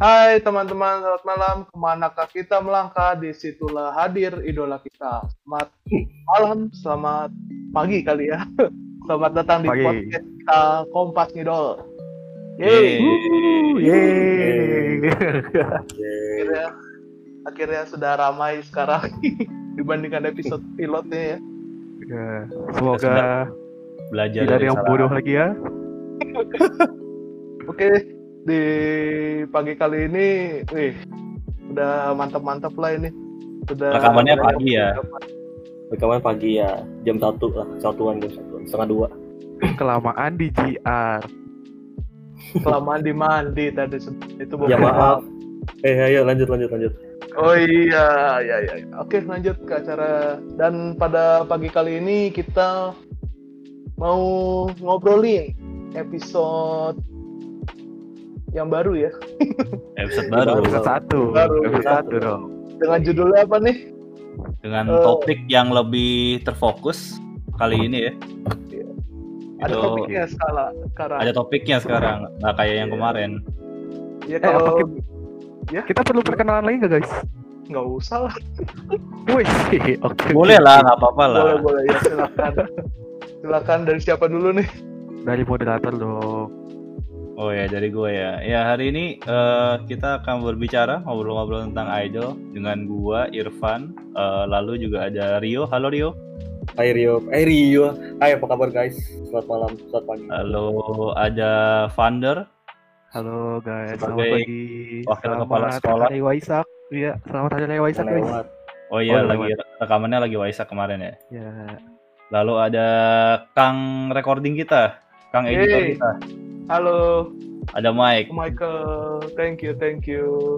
Hai teman-teman, selamat malam. Kemanakah kita melangkah? Disitulah hadir idola kita. Selamat malam, selamat pagi kali ya. Selamat datang di Pagi. podcast kita Kompas Ngidol. Yeay. Yeay. Akhirnya sudah ramai sekarang dibandingkan episode pilotnya ya. Ya, semoga Belajar tidak ada dari yang kesalahan. bodoh lagi ya. Oke, di pagi kali ini, udah mantap-mantap lah ini. Sudah Rekamannya pagi ya? Rekaman pagi ya, jam 1 lah, jam 1, setengah 2. Kelamaan di GR. Kelamaan di mandi tadi itu Ya maaf. Ayo lanjut. Oh iya. Oke, lanjut ke acara. Dan pada pagi kali ini kita mau ngobrolin episode yang baru ya. Episode baru Episode 1. Baru. Episode 1 dong. Dengan judulnya apa nih? dengan topik yang lebih terfokus kali ini ya. Ada Itu topiknya sekarang. ada topiknya sekarang, nggak kayak yang kemarin. Ya apa kalau kita perlu perkenalan lagi nggak guys? nggak usah lah. Wih, oke. Boleh lah, nggak apa-apa lah. Boleh ya, silakan dari siapa dulu nih? Dari moderator dong. Oh ya, dari gue ya. Ya, hari ini kita akan berbicara ngobrol-ngobrol tentang idol dengan gua Irfan, lalu juga ada Rio. Halo Rio. Hai Rio. Hai, apa kabar guys? Selamat malam, selamat pagi. Lalu ada Vander. Halo guys, selamat Sebagai pagi. wakil kepala sekolah. Hari Waisak. Iya, selamat hari Waisak guys. Lewat. Oh iya, Oh, lagi rekamannya lagi Waisak kemarin ya. Ya. Lalu ada Kang recording kita, Kang editor Hey. kita. Halo, Ada Mike. Michael. Thank you.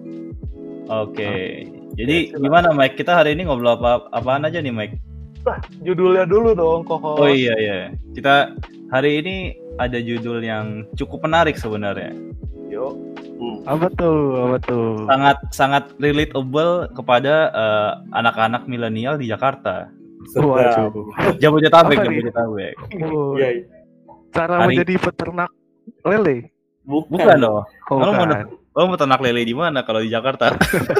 Oke. Jadi gimana Mike? Kita hari ini ngobrol apaan aja nih Mike? Judulnya dulu dong, Oh iya. Kita hari ini ada judul yang cukup menarik sebenarnya. Yuk. Apa tuh? Sangat relatable kepada anak-anak milenial di Jakarta. Sedap. Waduh. Jabodetabek. Apa nih? Oh, Iya. cara Hari- menjadi peternak lele. Bukan loh. Oh, Kamu bukan. mau ternak lele di mana kalau di Jakarta?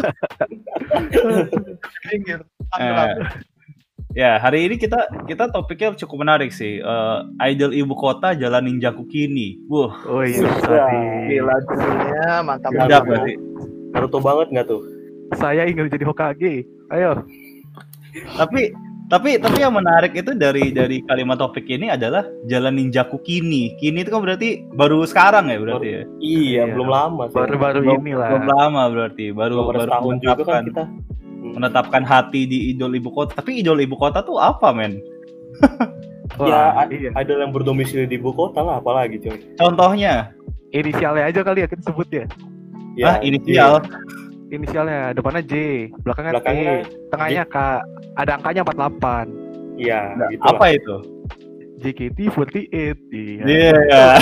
Pinggir. Ya, hari ini kita topiknya cukup menarik sih. Idol ibu kota jalan ninjaku kini. Wah, Oh iya, Susah. tadi. Gila judulnya, mantap sedap banget. gak sih? Naruto banget nggak tuh? Saya ingin jadi Hokage. Ayo. Tapi yang menarik itu dari kalimat topik ini adalah jalan ninjaku kini. Kini itu kan berarti baru sekarang ya berarti ya. Iya, Iya. belum lama sih. Baru-baru Belum inilah. lama berarti. Belum ada setahun juga kan kita. menetapkan hati di idol ibu kota. Tapi idol ibu kota tuh apa, men? Wah, Ya, iya. idol yang berdomisili di ibu kota lah, apalagi coy. Contohnya, Inisialnya aja kali ya kita sebut ya. inisial. Inisialnya depannya J, belakangnya Belakangnya T, tengahnya K. Ada angkanya 48. Iya, Nah, gitu apa lah. itu? JKT48. Iya. Iya.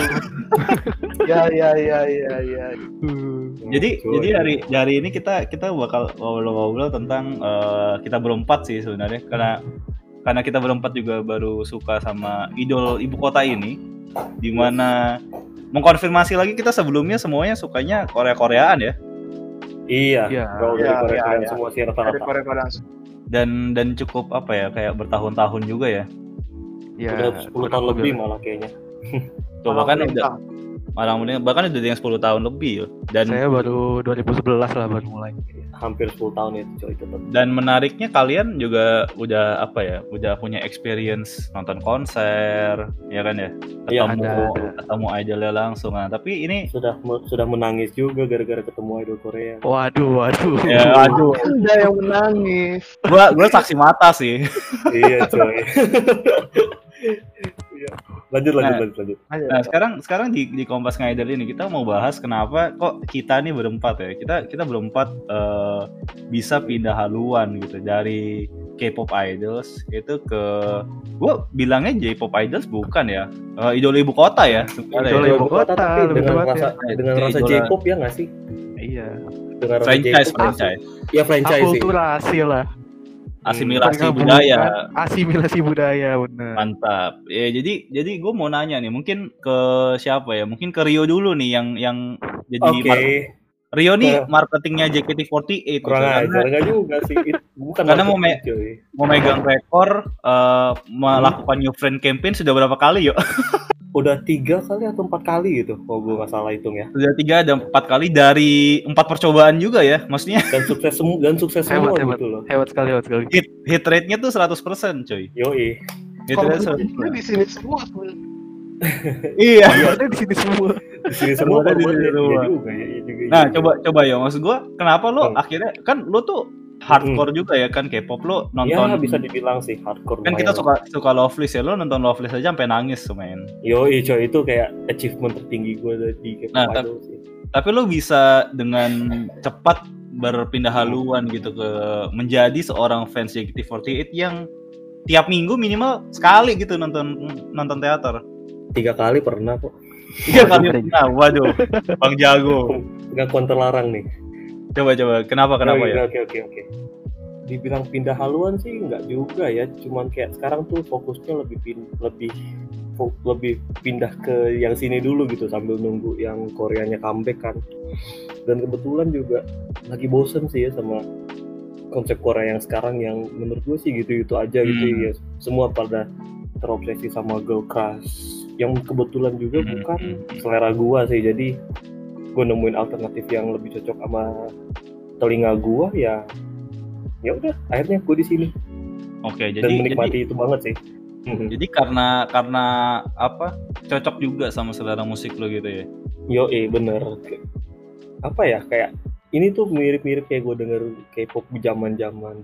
Ya. Jadi hari ini kita bakal ngobrol-ngobrol tentang kita berempat sih sebenarnya karena kita berempat juga baru suka sama idol ibu kota ini, di mana mengkonfirmasi lagi kita sebelumnya semuanya sukanya Korea-Koreaan ya, Iya. Iya. Kalau dari Iya, Korea iya. semua sih Ada rata-rata. Korea. dan cukup apa ya, kayak bertahun-tahun juga ya. Ya, Udah 10 tahun lebih malah kayaknya. Coba kan bahkan udah yang 10 tahun lebih ya. Saya baru 2011 lah baru mulai. Hampir 10 tahun itu coy tetap. Dan menariknya kalian juga udah punya experience nonton konser, ya kan ya? Iya, Ketemu idolnya langsung. Nah, tapi ini Sudah menangis juga gara-gara ketemu idol Korea. Waduh. ya aduh, Anda yang menangis. gua saksi mata sih. Iya coy. Iya. Lanjut. Nah, sekarang di Kompas Ngidol ini kita mau bahas kenapa kok kita nih berempat ya. Kita berempat bisa pindah haluan gitu dari K-pop idols itu ke gua bilangnya J-pop idols bukan ya. Idol ibu kota ya. sebenarnya Idol ya. ibu kota, tapi lebih dengan tepatnya. rasa Idola. J-pop ya nggak sih? Iya. Dengan rasa Franchise. Ya franchise sih. Akulturasi lah. Asimilasi Penggabungan budaya. Asimilasi budaya bener. Mantap. Ya, jadi gue mau nanya nih, mungkin ke siapa ya? Mungkin ke Rio dulu nih yang jadi Oke. Rio nih marketingnya JKT48 kurang gitu, ajar enggak juga sih. Bukan Karena mau marketing, cuy. mau megang rekor melakukan new friend campaign sudah berapa kali yuk? Udah 3 kali atau 4 kali gitu, kalau gue nggak salah hitung ya. Sudah 3 dan 4 kali dari 4 percobaan juga ya, maksudnya Dan sukses semua Hebat. gitu loh. Hebat sekali. hit rate-nya tuh 100% coy. Yoi. Hit Kalau rate ini di sini semua sebenarnya. Iya. Ada di sini semua. Di sini semua Ada di korban sini ya semua. juga ya. Nah, coba ya maksud gua, kenapa lo Hmm. akhirnya kan lo tuh hardcore juga ya kan K-pop lo Ya nonton. bisa dibilang sih hardcore. Kan kita suka Loveless ya, lo nonton Loveless aja sampai nangis men. Yoi coy, itu kayak achievement tertinggi gue di K-pop Nah, Idol sih. Tapi lo bisa dengan cepat berpindah haluan gitu ke menjadi seorang fans JKT48 yang tiap minggu minimal sekali gitu nonton teater. 3 kali pernah kok. 3 kali pernah. Waduh, Bang Jago. Pengakuan terlarang nih. Coba kenapa ya? Oke. Dibilang pindah haluan sih nggak juga ya, cuman kayak sekarang tuh fokusnya lebih pindah ke yang sini dulu gitu sambil nunggu yang Koreanya comeback kan. Dan kebetulan juga lagi bosen sih ya sama konsep Korea yang sekarang yang menurut gue sih gitu aja gitu ya. Semua pada terobsesi sama girl crush yang kebetulan juga bukan selera gue sih, jadi gue nemuin alternatif yang lebih cocok sama telinga gue ya udah akhirnya gue di sini. Oke, dan menikmati itu banget sih. Jadi karena apa cocok juga sama selera musik lo gitu ya. Bener. Apa ya, kayak ini tuh mirip-mirip kayak gue denger K-pop zaman-zaman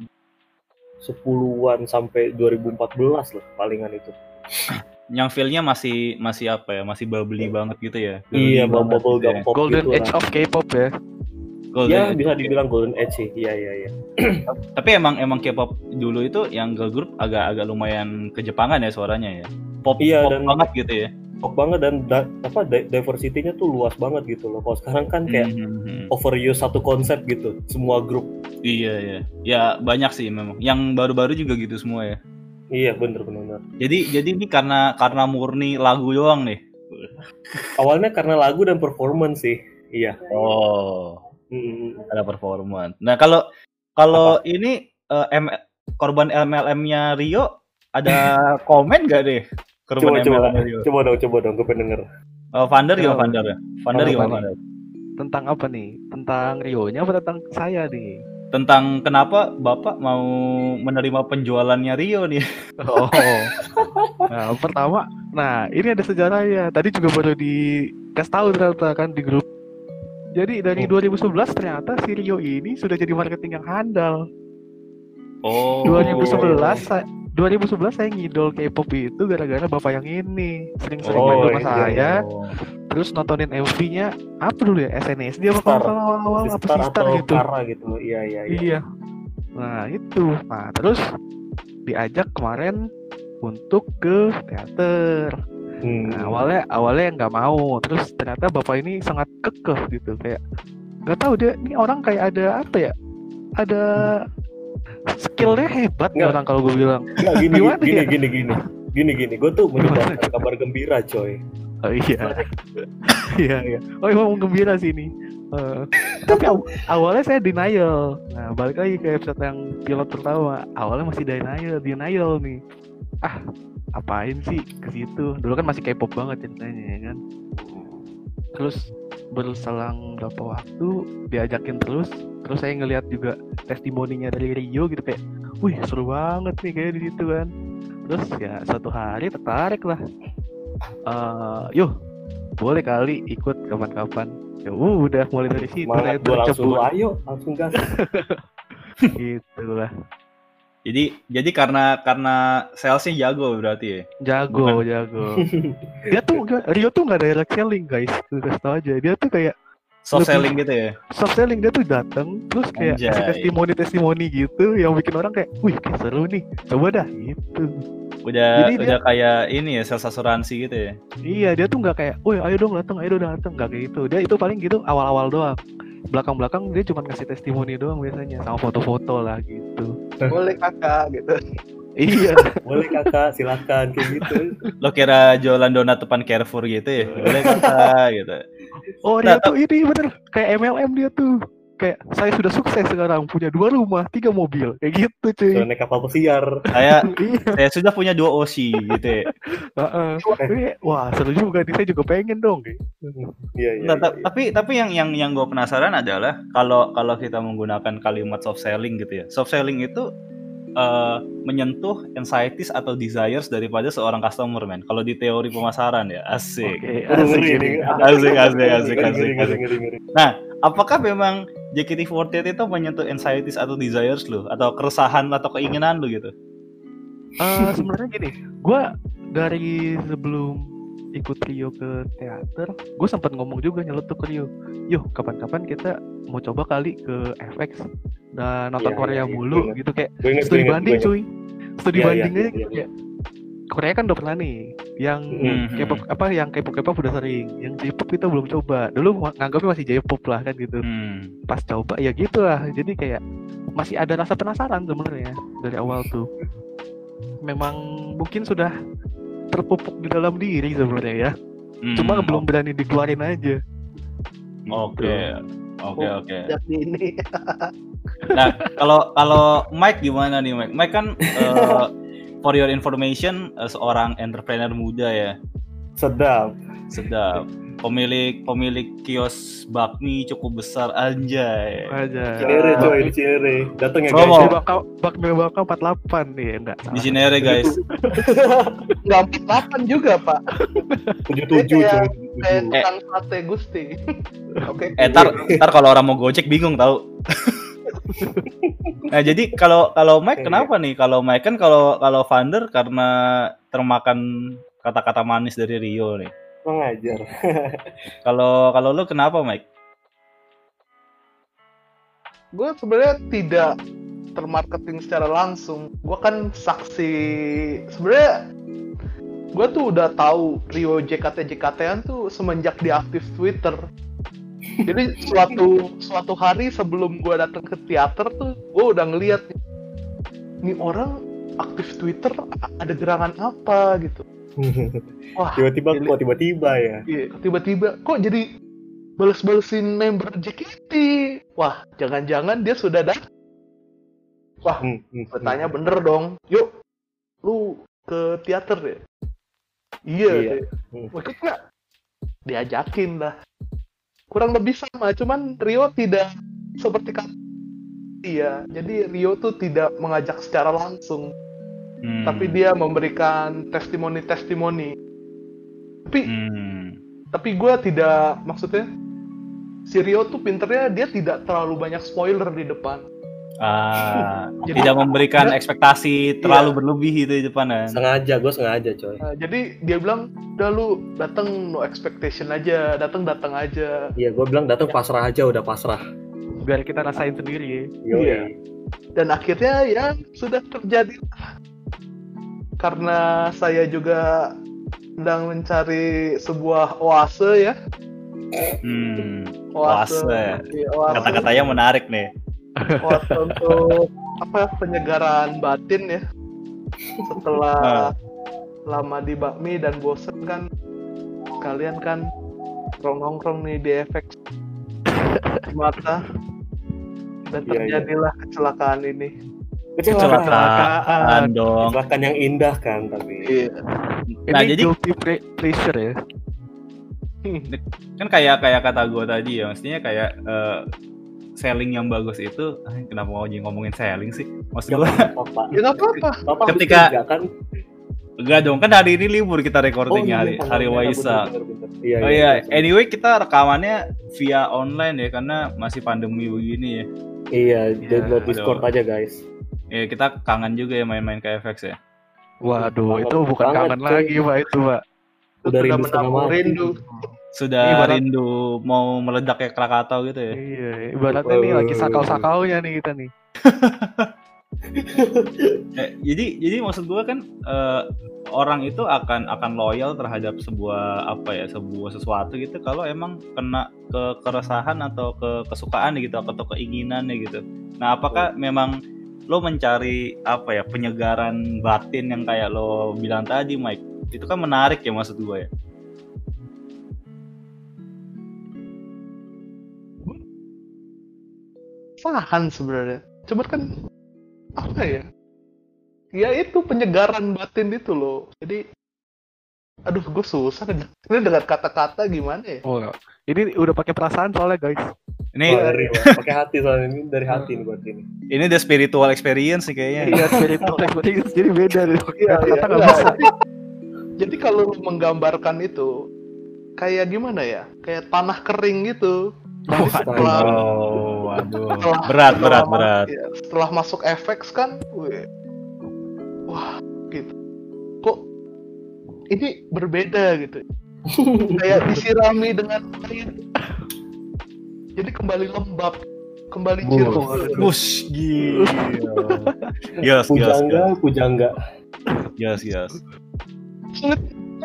2010-an sampai 2014 lah palingan itu. Yang feel-nya masih apa ya? Masih bubbly banget gitu ya. Iya, bubble gum pop Golden gitu Age lah. of K-pop ya. Golden Bisa dibilang Golden Age sih. Iya. Tapi emang K-pop dulu itu yang girl group agak lumayan kejepangan ya suaranya ya. Pop banget gitu ya. Pop banget dan diversity-nya tuh luas banget gitu loh. Kalau sekarang kan kayak overuse satu konsep gitu, semua grup. Iya. Ya banyak sih memang. Yang baru-baru juga gitu semua ya. Iya, bener. Jadi ini karena murni lagu doang nih. Awalnya karena lagu dan performance sih. Iya. Oh. Ada performance. Nah, kalau ini korban MLM-nya Rio ada komen nggak deh? Korban MLM Rio. Coba dong, gue pengen denger. Vander ya? Vander gimana? Tentang apa nih? Tentang Rio-nya apa tentang saya nih? Tentang kenapa Bapak mau menerima penjualannya Rio nih? Oh. Nah, pertama, ini ada sejarahnya. Tadi juga baru dikasih tahu ternyata kan di grup. Jadi dari 2011 ternyata si Rio ini sudah jadi marketing yang handal. Oh. 2011 saya ngidol K-pop itu gara-gara bapak yang ini sering-sering main rumah saya. Terus nontonin MV-nya apa dulu ya, SNSD apa kalau awal-awal apa Star gitu. Gitu. Iya. Nah itu. Nah terus diajak kemarin untuk ke teater. Nah, awalnya nggak mau, terus ternyata bapak ini sangat kekeh gitu, kayak nggak tahu dia ini orang kayak ada apa ya, ada skillnya hebat nih orang kalau gue bilang. Nggak, gini, gue tuh menyebarkan kabar gembira coy. Oh iya. Oh emang gembira sih ini. Tapi awalnya saya denial. Nah balik lagi ke episode yang pilot pertama, awalnya masih denial nih. Apain sih ke situ? Dulu kan masih K-pop banget ceritanya ya kan. Terus berselang berapa waktu diajakin terus saya ngelihat juga testimoninya dari Rio gitu, kayak wih seru banget nih kayak di situ kan. Terus ya suatu hari tertarik lah. Boleh kali ikut kapan-kapan. Ya udah mulai dari situ saya langsung gas. Gitulah. Jadi karena salesnya jago berarti ya? Jago. Rio tuh nggak direct selling guys, kasih tau aja. Dia tuh kayak soft selling gitu ya? Soft selling, dia tuh datang terus kayak kasih testimoni gitu yang bikin orang kayak, wih kayak seru nih, coba dah gitu. Udah kayak ini ya, sales asuransi gitu ya? Iya, dia tuh nggak kayak, wih ayo dong datang, nggak kayak gitu. Dia itu paling gitu awal-awal doang. Belakang-belakang dia cuma ngasih testimoni doang biasanya, sama foto-foto lah gitu. Boleh kakak gitu. Iya. Boleh kakak, silakan kayak gitu. Lo kira jualan donat depan Carrefour gitu ya? Boleh kakak gitu. Oh Nah, dia tuh ini bener kayak MLM dia tuh. Kayak saya sudah sukses sekarang punya 2 rumah, 3 mobil, kayak gitu cuy. Soalnya naik kapal pesiar. saya Iya. sudah punya 2 OSI gitu ya. Heeh. Wah seru juga nih, saya juga pengen dong. Kayak. Iya, iya. Nah, iya. tapi yang gue penasaran adalah kalau kita menggunakan kalimat soft selling gitu ya. Soft selling itu menyentuh anxieties atau desires daripada seorang customer, men. Kalau di teori pemasaran ya, asik. Oke, Aduh, asik ngeri ini. nih. Asik. Nah, apakah memang JKT48 itu menyentuh anxieties atau desires lu atau keresahan atau keinginan lu gitu? Sebenarnya gini, gue dari sebelum ikut Rio ke teater, gue sempat ngomong juga nyeletuk ke Rio, yuk kapan-kapan kita mau coba kali ke FX dan nonton Iya, Korea iya, mulu iya. gitu, kayak Gue inget, studi gue inget, banding gue inget. cuy, studi Iya, banding iya, aja iya, gitu iya. ya. Korea kan udah pernah nih, yang K-pop yang K-pop udah sering, yang J-pop kita belum coba. Dulu nganggapnya masih J-pop lah kan gitu. Pas coba ya gitu lah. Jadi kayak masih ada rasa penasaran sebenarnya dari awal tuh. Memang mungkin sudah terpupuk di dalam diri sebenarnya ya. Cuma belum berani dikeluarin aja. Oke. Jadi ini Nah, kalau Mike gimana nih, Mike? Mike kan for your information seorang entrepreneur muda ya. Sedap. Pemilik kios bakmi cukup besar, anjay. Cinere coy, di Cinere. Datang ya Promo. guys. Bakmi bakal 48 nih, enggak. Di Cinere guys. nggak 48 juga pak. 77 Kayak coy. tukang sate Gusti. Oke. Ntar kalau orang mau gojek bingung tahu. Nah jadi kalau Mike kenapa nih? Kalau Mike kan kalau founder karena termakan kata-kata manis dari Rio nih. Mengajar. Kalau lu kenapa Mike? Gue sebenarnya tidak termarketing secara langsung. Gue kan saksi. Sebenarnya gue tuh udah tahu Rio JKT-an tuh semenjak dia aktif Twitter. Jadi suatu hari sebelum gue datang ke teater tuh gue udah ngeliat nih orang aktif Twitter ada gerangan apa gitu. Wah, tiba-tiba ya. Iya, tiba-tiba kok jadi bales-balesin member JKT. Wah, jangan-jangan dia sudah datang. Wah, bertanya bener dong. Yuk, lu ke teater ya? Iya. Ikut nggak? Diajakin lah. Kurang lebih sama, cuman Rio tidak seperti kata dia. Jadi Rio tuh tidak mengajak secara langsung. Tapi dia memberikan testimoni. Tapi gue tidak, maksudnya si Rio tuh pinternya dia tidak terlalu banyak spoiler di depan. Jadi, tidak memberikan ekspektasi terlalu berlebih itu di depan ya. Gue sengaja coy. Jadi dia bilang, udah lu datang no expectation aja, datang aja. Iya, gue bilang datang pasrah aja, udah pasrah. Biar kita rasain sendiri. Iya. Dan akhirnya ya sudah terjadi. Karena saya juga sedang mencari sebuah oase ya. Oase. Kata-katanya menarik nih. Oase untuk penyegaran batin ya. Setelah lama di bakmi dan bosen kan, kalian kan nongkrong nih di FX mata dan terjadilah kecelakaan ini. Kecelakaan dong. Kecelakaan yang indah kan tapi. Iya. Nah, jadi guilty pleasure ya. Kan kayak kata gue tadi ya, maksudnya kayak selling yang bagus itu, kenapa mau ngomongin selling sih? Maksud gue nggak apa-apa. Ketika enggak dong, kan hari ini libur kita recordingnya hari Waisak. Iya. Anyway kita rekamannya via online ya karena masih pandemi begini ya. Iya, download Discord aja guys. Ya kita kangen juga ya main-main ke FX ya. Waduh, itu bukan kangen lagi Pak itu Pak. Udah rindu. Sudah rindu mau meledak kayak Krakatau gitu ya. Iya, ibaratnya nih lagi sakau-sakaunya nih kita nih. Jadi maksud gue kan orang itu akan loyal terhadap sebuah sesuatu gitu kalau emang kena keresahan atau kesukaan gitu atau keinginannya gitu. Nah, apakah memang lo mencari apa ya, penyegaran batin yang kayak lo bilang tadi Mike, itu kan menarik ya maksud gue ya. Sahan sebenarnya, cuman kan apa ya? Ya itu penyegaran batin itu loh. Jadi, aduh, gue susah ini dengan kata-kata gimana ya? Oh, ini udah pakai perasaan soalnya guys. Ini pakai hati soalnya, ini dari hati nih buat ini. Ini the spiritual experience sih kayaknya. Iya, spiritual experience, jadi beda deh. Iya, Kata-kata nggak iya. bisa. Jadi kalau lu menggambarkan itu kayak gimana ya? Kayak tanah kering gitu. Jadi setelah Waduh. setelah- Berat. ya, setelah masuk efek kan, wah gitu. Kok ini berbeda gitu? Kayak disirami dengan air. Jadi kembali lembab, kembali jernih. Wush, gila. Yes. Pujangga. Yes. Sulit.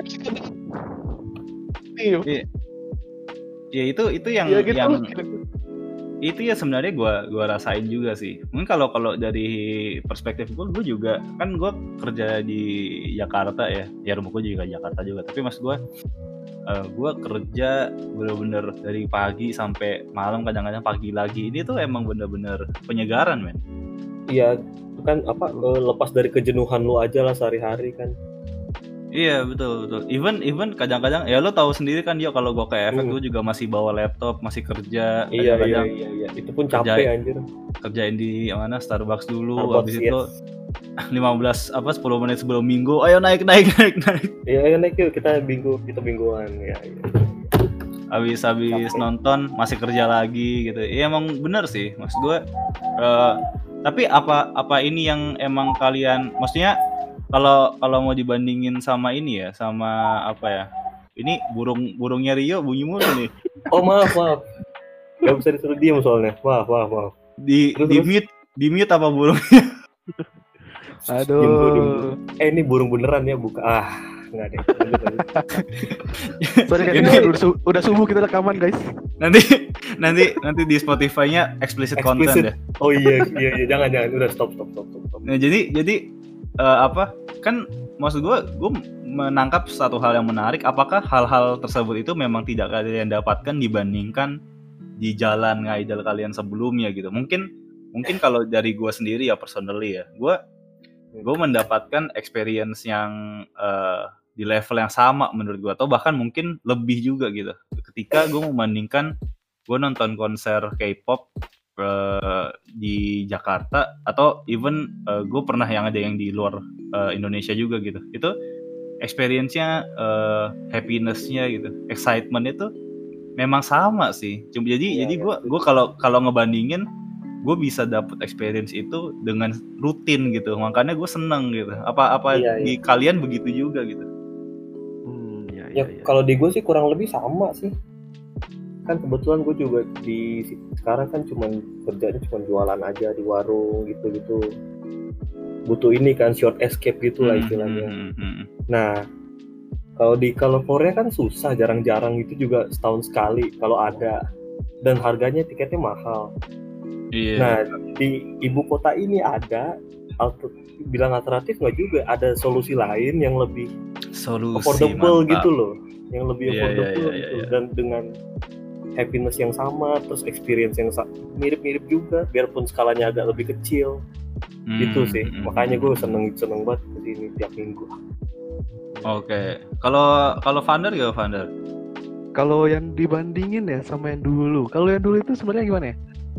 Iya. Ya itu yang Ya gitu yang lah, kira-kira. itu ya sebenarnya gua rasain juga sih. Mungkin kalau dari perspektif gue juga kan gue kerja di Jakarta ya rumahku juga Jakarta juga, tapi maksud gue kerja bener-bener dari pagi sampai malam, kadang-kadang pagi lagi. Ini tuh emang bener-bener penyegaran men. Iya, kan lepas dari kejenuhan lu aja lah sehari-hari kan. Iya betul. Even kadang-kadang ya lo tahu sendiri kan dia kalau gua ke efek gue juga masih bawa laptop, masih kerja. Iya. Kadang-kadang Itu pun capek anjir. kerjain di mana Starbucks dulu, Starbucks, habis itu 10 menit sebelum minggu, ayo naik. Iya, naik yuk, kita mingguan ya. Habis nonton masih kerja lagi gitu. Iya emang bener sih maksud gue. Tapi apa ini yang emang kalian, maksudnya kalau mau dibandingin sama ini ya, sama apa ya? Ini burungnya Rio bunyi mulu nih. Oh maaf. Gak bisa disuruh diam soalnya. Maaf. Di mute apa burung? Aduh. Ini burung beneran ya, bukan? Nggak deh. Sorry kan, Ini- ini udah subuh kita rekaman guys. nanti di Spotify-nya explicit content ya. Oh iya, jangan. Udah stop. Nah, jadi apa kan maksud gue menangkap satu hal yang menarik, apakah hal-hal tersebut itu memang tidak kalian dapatkan dibandingkan di jalan ngidol kalian sebelumnya gitu. Mungkin kalau dari gue sendiri ya, personally ya, gue mendapatkan experience yang di level yang sama menurut gue, atau bahkan mungkin lebih juga gitu ketika gue membandingkan gue nonton konser K-pop di Jakarta, atau even gue pernah yang ada yang di luar Indonesia juga gitu. Itu experience-nya, happiness-nya gitu, excitement itu memang sama sih. Jadi gue kalau ngebandingin, gue bisa dapet experience itu dengan rutin gitu. Makanya gue seneng gitu. Apa di kalian begitu juga gitu? Ya kalau di gue sih kurang lebih sama sih. Kan kebetulan gue juga sekarang kan kerjanya cuma jualan aja di warung gitu. Butuh ini kan short escape gitu lah istilahnya. Nah, kalau Korea kan susah, jarang-jarang, itu juga setahun sekali kalau ada, dan harganya tiketnya mahal. Iya. Nah, di ibu kota ini ada bilang alternatif nggak juga, ada solusi lain yang lebih affordable gitu loh, yang lebih affordable gitu. Dan dengan happiness yang sama, terus experience yang mirip-mirip juga, biarpun skalanya agak lebih kecil. Gitu sih, makanya gue seneng banget kesini tiap minggu. Oke. Kalau Vander gak Vander? Kalau yang dibandingin ya sama yang dulu. Kalau yang dulu itu sebenarnya gimana ya?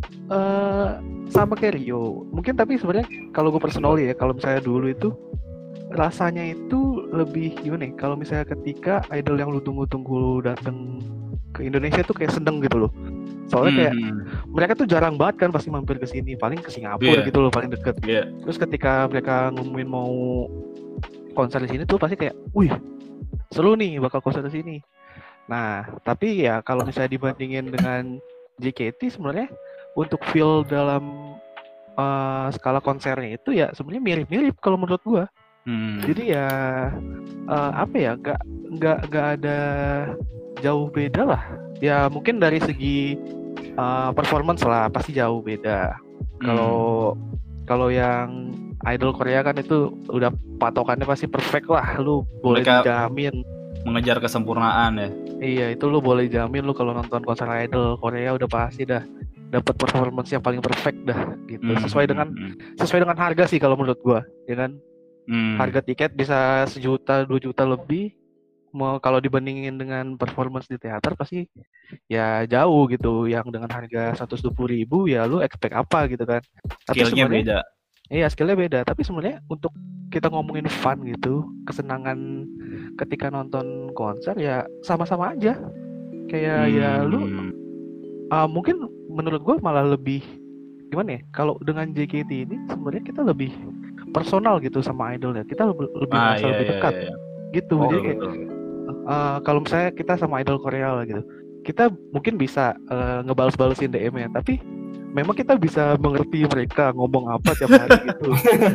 Sama kayak Rio. Mungkin tapi sebenarnya kalau gue personally ya, kalau misalnya dulu itu rasanya itu lebih gimana ya? Kalau misalnya ketika idol yang lu tunggu-tunggu datang ke Indonesia tuh kayak sedeng gitu loh. Soalnya kayak mereka tuh jarang banget kan pasti mampir ke sini, paling ke Singapura gitu loh paling deket. Terus ketika mereka ngumumin mau konser di sini tuh pasti kayak, wih seru nih bakal konser di sini. Nah tapi ya kalau misalnya dibandingin dengan JKT sebenarnya untuk feel dalam skala konsernya itu ya sebenarnya mirip-mirip kalau menurut gua. Jadi ya apa ya, nggak ada jauh beda lah. Ya mungkin dari segi performance lah pasti jauh beda. Kalau Kalau yang idol Korea kan itu udah patokannya pasti perfect lah, lu boleh Mereka dijamin. mengejar kesempurnaan ya. Iya, itu lu boleh jamin lu kalau nonton konser idol Korea udah pasti dah dapat performance yang paling perfect dah gitu. Sesuai dengan harga sih kalau menurut gua, ya kan? Harga tiket bisa 1 juta 2 juta lebih. Mau kalau dibandingin dengan performance di teater pasti ya jauh gitu. Yang dengan harga 120.000 ya lu expect apa gitu kan? Tapi Skillnya beda. Iya, skillnya beda. Tapi sebenarnya untuk kita ngomongin fun gitu, kesenangan ketika nonton konser ya sama-sama aja. Kayak ya lu mungkin menurut gue malah lebih gimana ya? Kalau dengan JKT ini sebenarnya kita lebih personal gitu sama idolnya. Kita lebih merasa lebih dekat gitu. Oh, jadi kayak kalau misalnya kita sama idol Korea lah gitu, kita mungkin bisa ngebales-balesin DM-nya, tapi memang kita bisa mengerti mereka ngomong apa tiap hari gitu.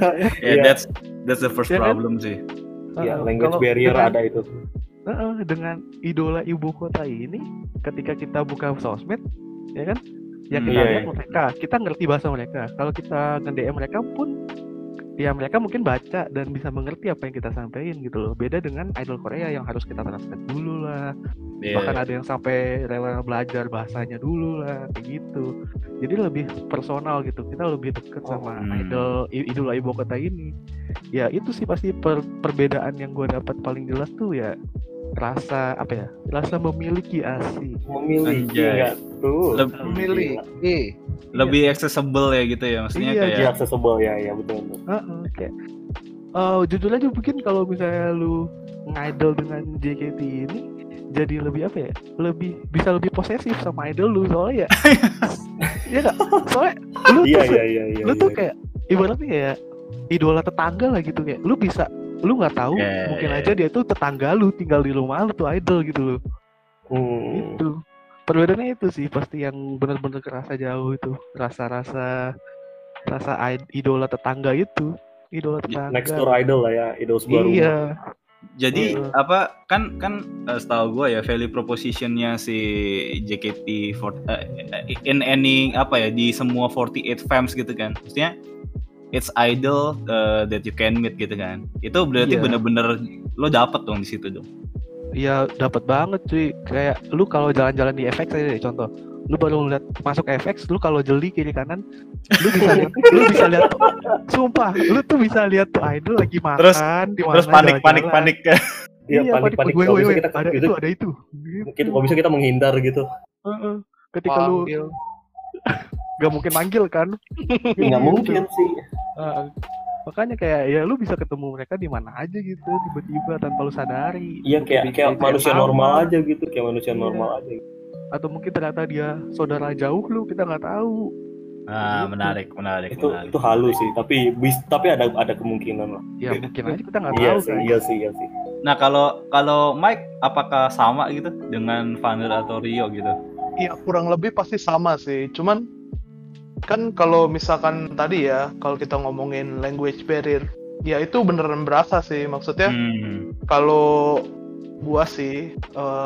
That's the first problem sih. Ya, language barrier ada itu. Dengan idola ibu kota ini, ketika kita buka sosmed, ya kan, ya kita lihat mereka, kita ngerti bahasa mereka. Kalau kita nge-DM mereka pun, ya mereka mungkin baca dan bisa mengerti apa yang kita sampaikan gitu loh. Beda dengan idol Korea yang harus kita translate dulu lah. Bahkan ada yang sampai rela belajar bahasanya dulu lah, kayak gitu. Jadi lebih personal gitu. Kita lebih dekat sama idola ibu kota ini. Ya itu sih pasti perbedaan yang gue dapat paling jelas tuh ya rasa apa ya? Rasa memiliki asik. Memiliki enggak tuh. Memiliki. Lebih accessible ya gitu ya, maksudnya kayak accessible ya betul. Kayak jujur aja mungkin kalau misalnya lu ngidol dengan JKT ini jadi lebih apa ya? Bisa lebih posesif sama idol lu soalnya ya. Iya enggak? Soalnya lu tuh kayak ibaratnya kayak idola tetangga lah gitu, kayak lu nggak tahu mungkin aja dia tuh tetangga lu, tinggal di rumah lu tuh idol gitu loh. Itu perbedaannya itu sih pasti yang benar-benar kerasa jauh itu, rasa idola tetangga itu, idola tetangga. Next door idol lah ya, idol sebuah rumah. Iya. Jadi apa kan setahu gue ya value propositionnya si JKT in any apa ya di semua 48 fans gitu kan, maksudnya it's idol that you can meet gitu kan. Itu berarti bener-bener lo dapet dong di situ dong. Iya, dapat banget cuy. Kayak lu kalau jalan-jalan di FX aja deh, contoh. Lu baru lihat masuk FX, lu kalau jeli kiri kanan, lu bisa lihat sumpah, lu tuh bisa lihat tuh idol lagi makan di mana. Terus panik. Iya, panik. Ada itu. Mungkin kalau bisa kita menghindar gitu. Ketika lu gak mungkin manggil kan? Nggak mungkin sih. Makanya kayak ya lu bisa ketemu mereka di mana aja gitu tiba-tiba tanpa lu sadari. Iya kayak manusia normal aja gitu, kayak manusia normal aja. Atau mungkin ternyata dia saudara jauh lu, kita nggak tahu. Gitu. Menarik. Itu halus sih, tapi ada kemungkinan lah. Ya mungkin aja kita nggak tahu kan. Iya sih. Nah kalau Mike apakah sama gitu dengan Vander atau Rio gitu? Iya kurang lebih pasti sama sih, cuman kan kalau misalkan tadi ya, kalau kita ngomongin language barrier, ya itu beneran berasa sih. Maksudnya kalau gua sih,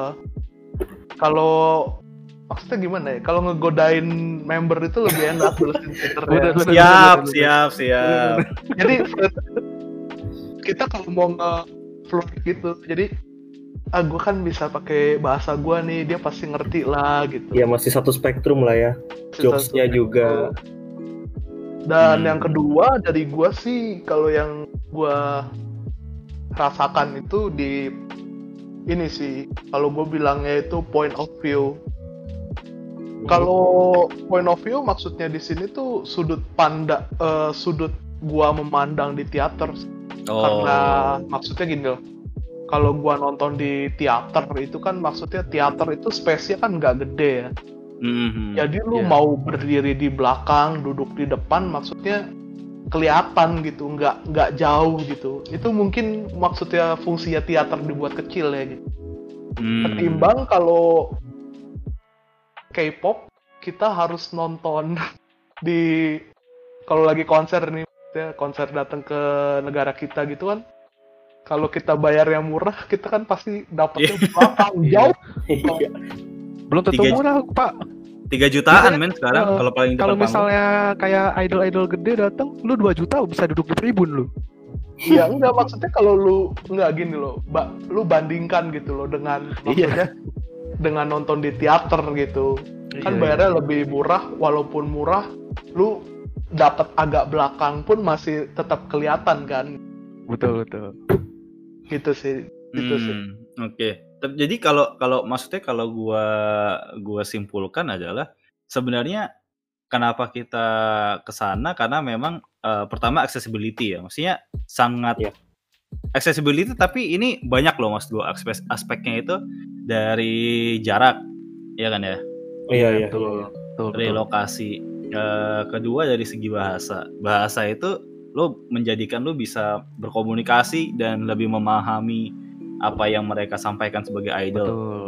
kalau maksudnya gimana ya? Kalau ngegodain member itu lebih enak balesin Twitternya. Siap. Jadi kita kalau mau nge-flirt gitu, jadi gue kan bisa pakai bahasa gue nih, dia pasti ngerti lah gitu. Ya masih satu spektrum lah ya, jokesnya juga. Dan yang kedua dari gue sih, kalau yang gue rasakan itu di ini sih, kalau gue bilangnya itu point of view. Kalau point of view maksudnya di sini tuh sudut gue memandang di teater. Karena maksudnya gini loh. Kalau gua nonton di teater itu kan maksudnya teater itu space-nya kan nggak gede ya. Jadi lu mau berdiri di belakang, duduk di depan, maksudnya kelihatan gitu, nggak jauh gitu. Itu mungkin maksudnya fungsinya teater dibuat kecil ya gitu. Ketimbang kalau K-pop kita harus nonton kalau lagi konser nih, konser datang ke negara kita gitu kan. Kalau kita bayar yang murah, kita kan pasti dapetnya belakang jauh. Belum tentu murah, Pak. 3 jutaan Biasanya, men sekarang kalau paling depan Kalau panggung. misalnya kayak idol-idol gede datang, lu 2 juta bisa duduk di tribun lu. Iya enggak, maksudnya kalau lu enggak gini loh, lu bandingkan gitu loh dengan maksudnya dengan nonton di teater gitu. Kan Iya, bayarnya lebih murah, walaupun murah lu dapat agak belakang pun masih tetap kelihatan kan. Betul. Gitu sih. Gitu sih. Oke. Jadi kalau maksudnya kalau gua simpulkan adalah sebenarnya kenapa kita ke sana karena memang pertama accessibility ya. Maksudnya sangat Iya. accessibility, tapi ini banyak loh maksud gua aspeknya itu dari jarak. Iya kan ya? Iya. Betul. Dari lokasi. Kedua dari segi bahasa. Bahasa itu lo menjadikan lo bisa berkomunikasi dan lebih memahami apa yang mereka sampaikan sebagai idol. Betul.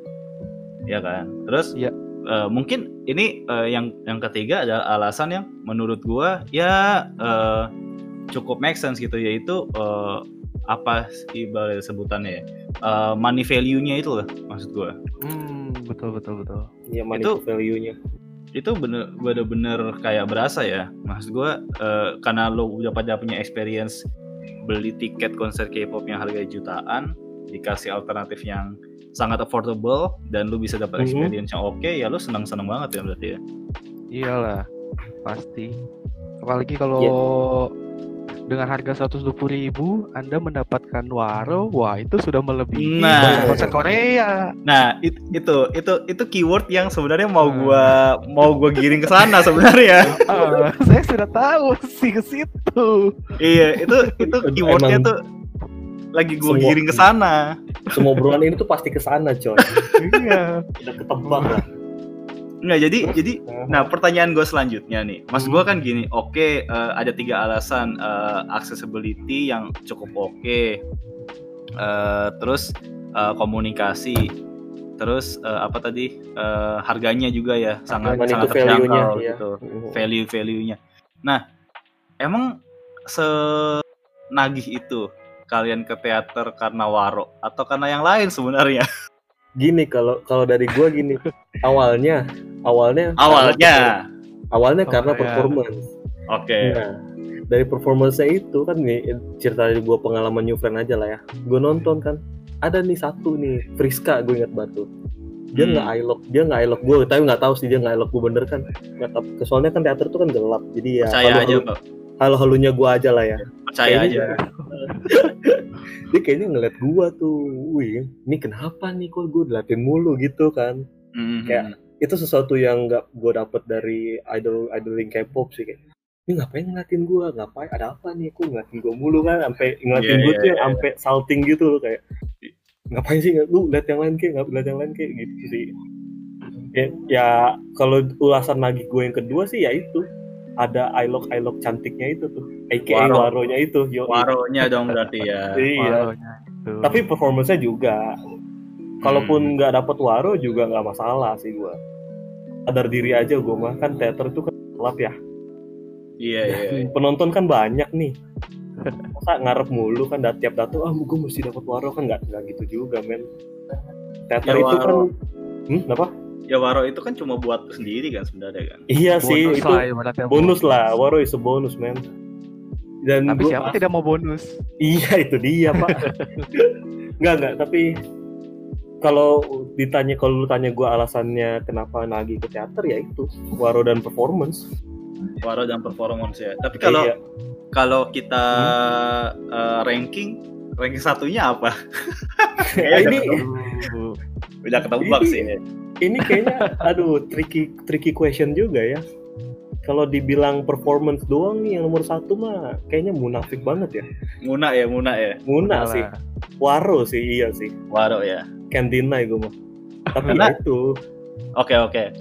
Ya kan. Terus Iya. Mungkin ini yang ketiga adalah alasan yang menurut gua ya cukup make sense gitu, yaitu apa ibarat sebutannya ya, money value-nya itu lah maksud gua. Betul. Iya, money value-nya. Itu bener-bener kayak berasa ya maksud gua, karena lo udah pada punya experience beli tiket konser K-pop yang harga jutaan, dikasih alternatif yang sangat affordable dan lu bisa dapat experience yang oke, ya lu senang-senang banget ya berarti ya. Iyalah, pasti. Apalagi kalau dengan harga 120.000 Anda mendapatkan waro, wah itu sudah melebihi konser Korea. Nah, itu keyword yang sebenarnya mau gua giring ke sana sebenarnya. Saya sudah tahu sih ke situ. Iya, itu keywordnya tuh lagi gua giring ke sana. Semua obrolan ini tuh pasti ke sana, coy. Iya. Udah ketebak lah. Nggak, jadi nah pertanyaan gue selanjutnya nih, mas gue kan gini, oke, ada 3 alasan, accessibility yang cukup oke, terus komunikasi, terus apa tadi, harganya juga ya sangat terjangkau gitu, value-nya. Nah, emang senagih itu kalian ke teater karena waro atau karena yang lain sebenarnya? Gini, kalau dari gue gini, awalnya karena performance. Oke. Nah, dari performance-nya itu kan nih cerita dari gue, pengalaman New Friend aja lah ya. Gue nonton kan, ada nih satu nih Friska, gue ingat batu. Dia nggak I-lock gue, tapi nggak tahu sih dia nggak I-lock gue bener kan. Soalnya kan teater tuh kan gelap, jadi ya halu-halunya gue aja lah ya. Percaya aja. Dia kayaknya ngeliat gue tuh, wih, ini kenapa nih kok gue diliatin mulu gitu kan. Kayak itu sesuatu yang nggak gue dapet dari idoling K-pop sih, kayak ini ngapain ngeliatin gue, ngapain, ada apa nih, kok ngeliatin gue mulu kan, sampai ngeliatin gue tuh sampai salting gitu loh, kayak ngapain sih lu liat yang lain kayak gitu sih. Ya kalau ulasan lagi gue yang kedua sih ya itu ada I-lock cantiknya itu tuh, aka waronya itu. Waronya dong berarti ya. Iya. Tapi performance-nya juga. Kalaupun nggak dapet waro juga nggak masalah sih gue. Sadar diri aja gue mah, kan teater tuh kan gelap ya. Iya. Penonton kan banyak nih. Masa ngarep mulu kan tiap datang, gue mesti dapet waro, kan nggak gitu juga men. Teater ya, itu kan, kenapa? Ya waro itu kan cuma buat sendiri kan sebenarnya kan. Iya sih, itu bonus lah. Waro is a bonus man. Dan tapi siapa tidak mau bonus? Iya, itu dia pak. Enggak, tapi kalau lu tanya gue alasannya kenapa nagih ke teater, ya itu waro dan performance ya. Tapi kalau kita ranking satunya apa? Ini udah ketebak sih. Ini kayaknya tricky question juga ya. Kalau dibilang performance doang nih yang nomor 1 mah kayaknya munafik banget ya. Muna sih. Waro sih, iya sih. Waro ya. Can't deny gue mah. Tapi ya itu. Oke.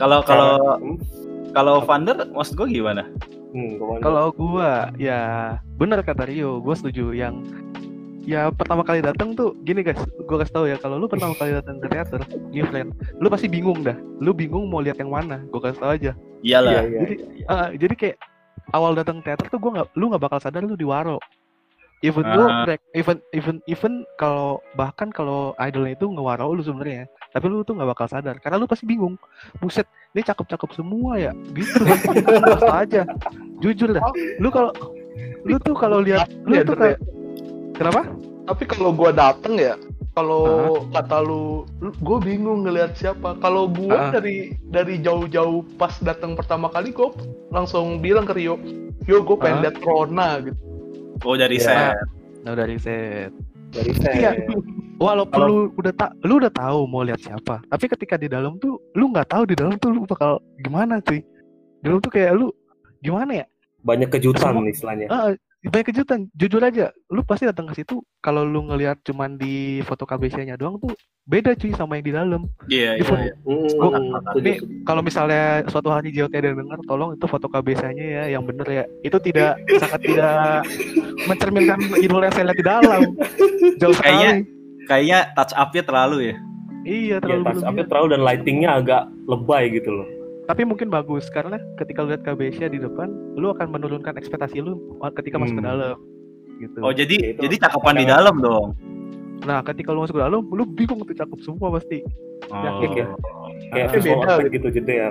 Kalau Vander, maksud gue gimana? Kalau gue ya benar kata Rio, gue setuju. Yang ya pertama kali datang tuh gini guys, gue kasih tahu ya, kalau lu pertama kali datang ke teater New Friend, lu pasti bingung dah. Lu bingung mau lihat yang mana, gue kasih tahu aja. Iyalah. Jadi kayak awal datang teater tuh lu nggak bakal sadar lu di waro. Even kalau bahkan kalau idolnya itu ngewarau lu sebenarnya, tapi lu tuh nggak bakal sadar karena lu pasti bingung. Buset, ini cakep-cakep semua ya. Gitu. Rasa aja. Jujur dah. Lu tuh kalau lihat lu Ya, tuh Dre. kayak kenapa? Tapi kalau gua dateng ya, kalau kata lu gue bingung ngelihat siapa. Kalau gua dari jauh-jauh pas datang pertama kali, gue langsung bilang ke Rio, yo gue pengen lihat Rona gitu. Oh, dari set. Nah, dari set. Dari saya. Iya. Walaupun lu udah tahu mau lihat siapa, tapi ketika di dalam tuh lu nggak tahu di dalam tuh lu bakal gimana cuy. Di dalam tuh kayak lu gimana ya? Banyak kejutan istilahnya. Banyak kejutan. Jujur aja, lu pasti datang ke situ kalau lu ngelihat cuman di foto KBC-nya doang tuh beda cuy sama yang di dalam. Iya, Di foto- iya. Ini kalau misalnya suatu hari JOT ada dengar, tolong itu foto KBC-nya ya yang bener ya. Itu sangat tidak mencerminkan idol yang saya lihat di dalam. Jauh sekali. Kayaknya touch up-nya terlalu ya. Iya, Ya, terlalu touch up-nya berlebihan. terlalu dan lightingnya agak lebay gitu loh. Tapi mungkin bagus karena ketika lu lihat KBC di depan, lu akan menurunkan ekspektasi lu ketika masuk ke dalam. Gitu. Oh, jadi Ya, itu cakepan di dalam dong. Nah, ketika lu masuk ke dalam, lu bingung tuh cakep semua pasti. Yakin ya? Kayak Tapi visual beda effect gitu jeder.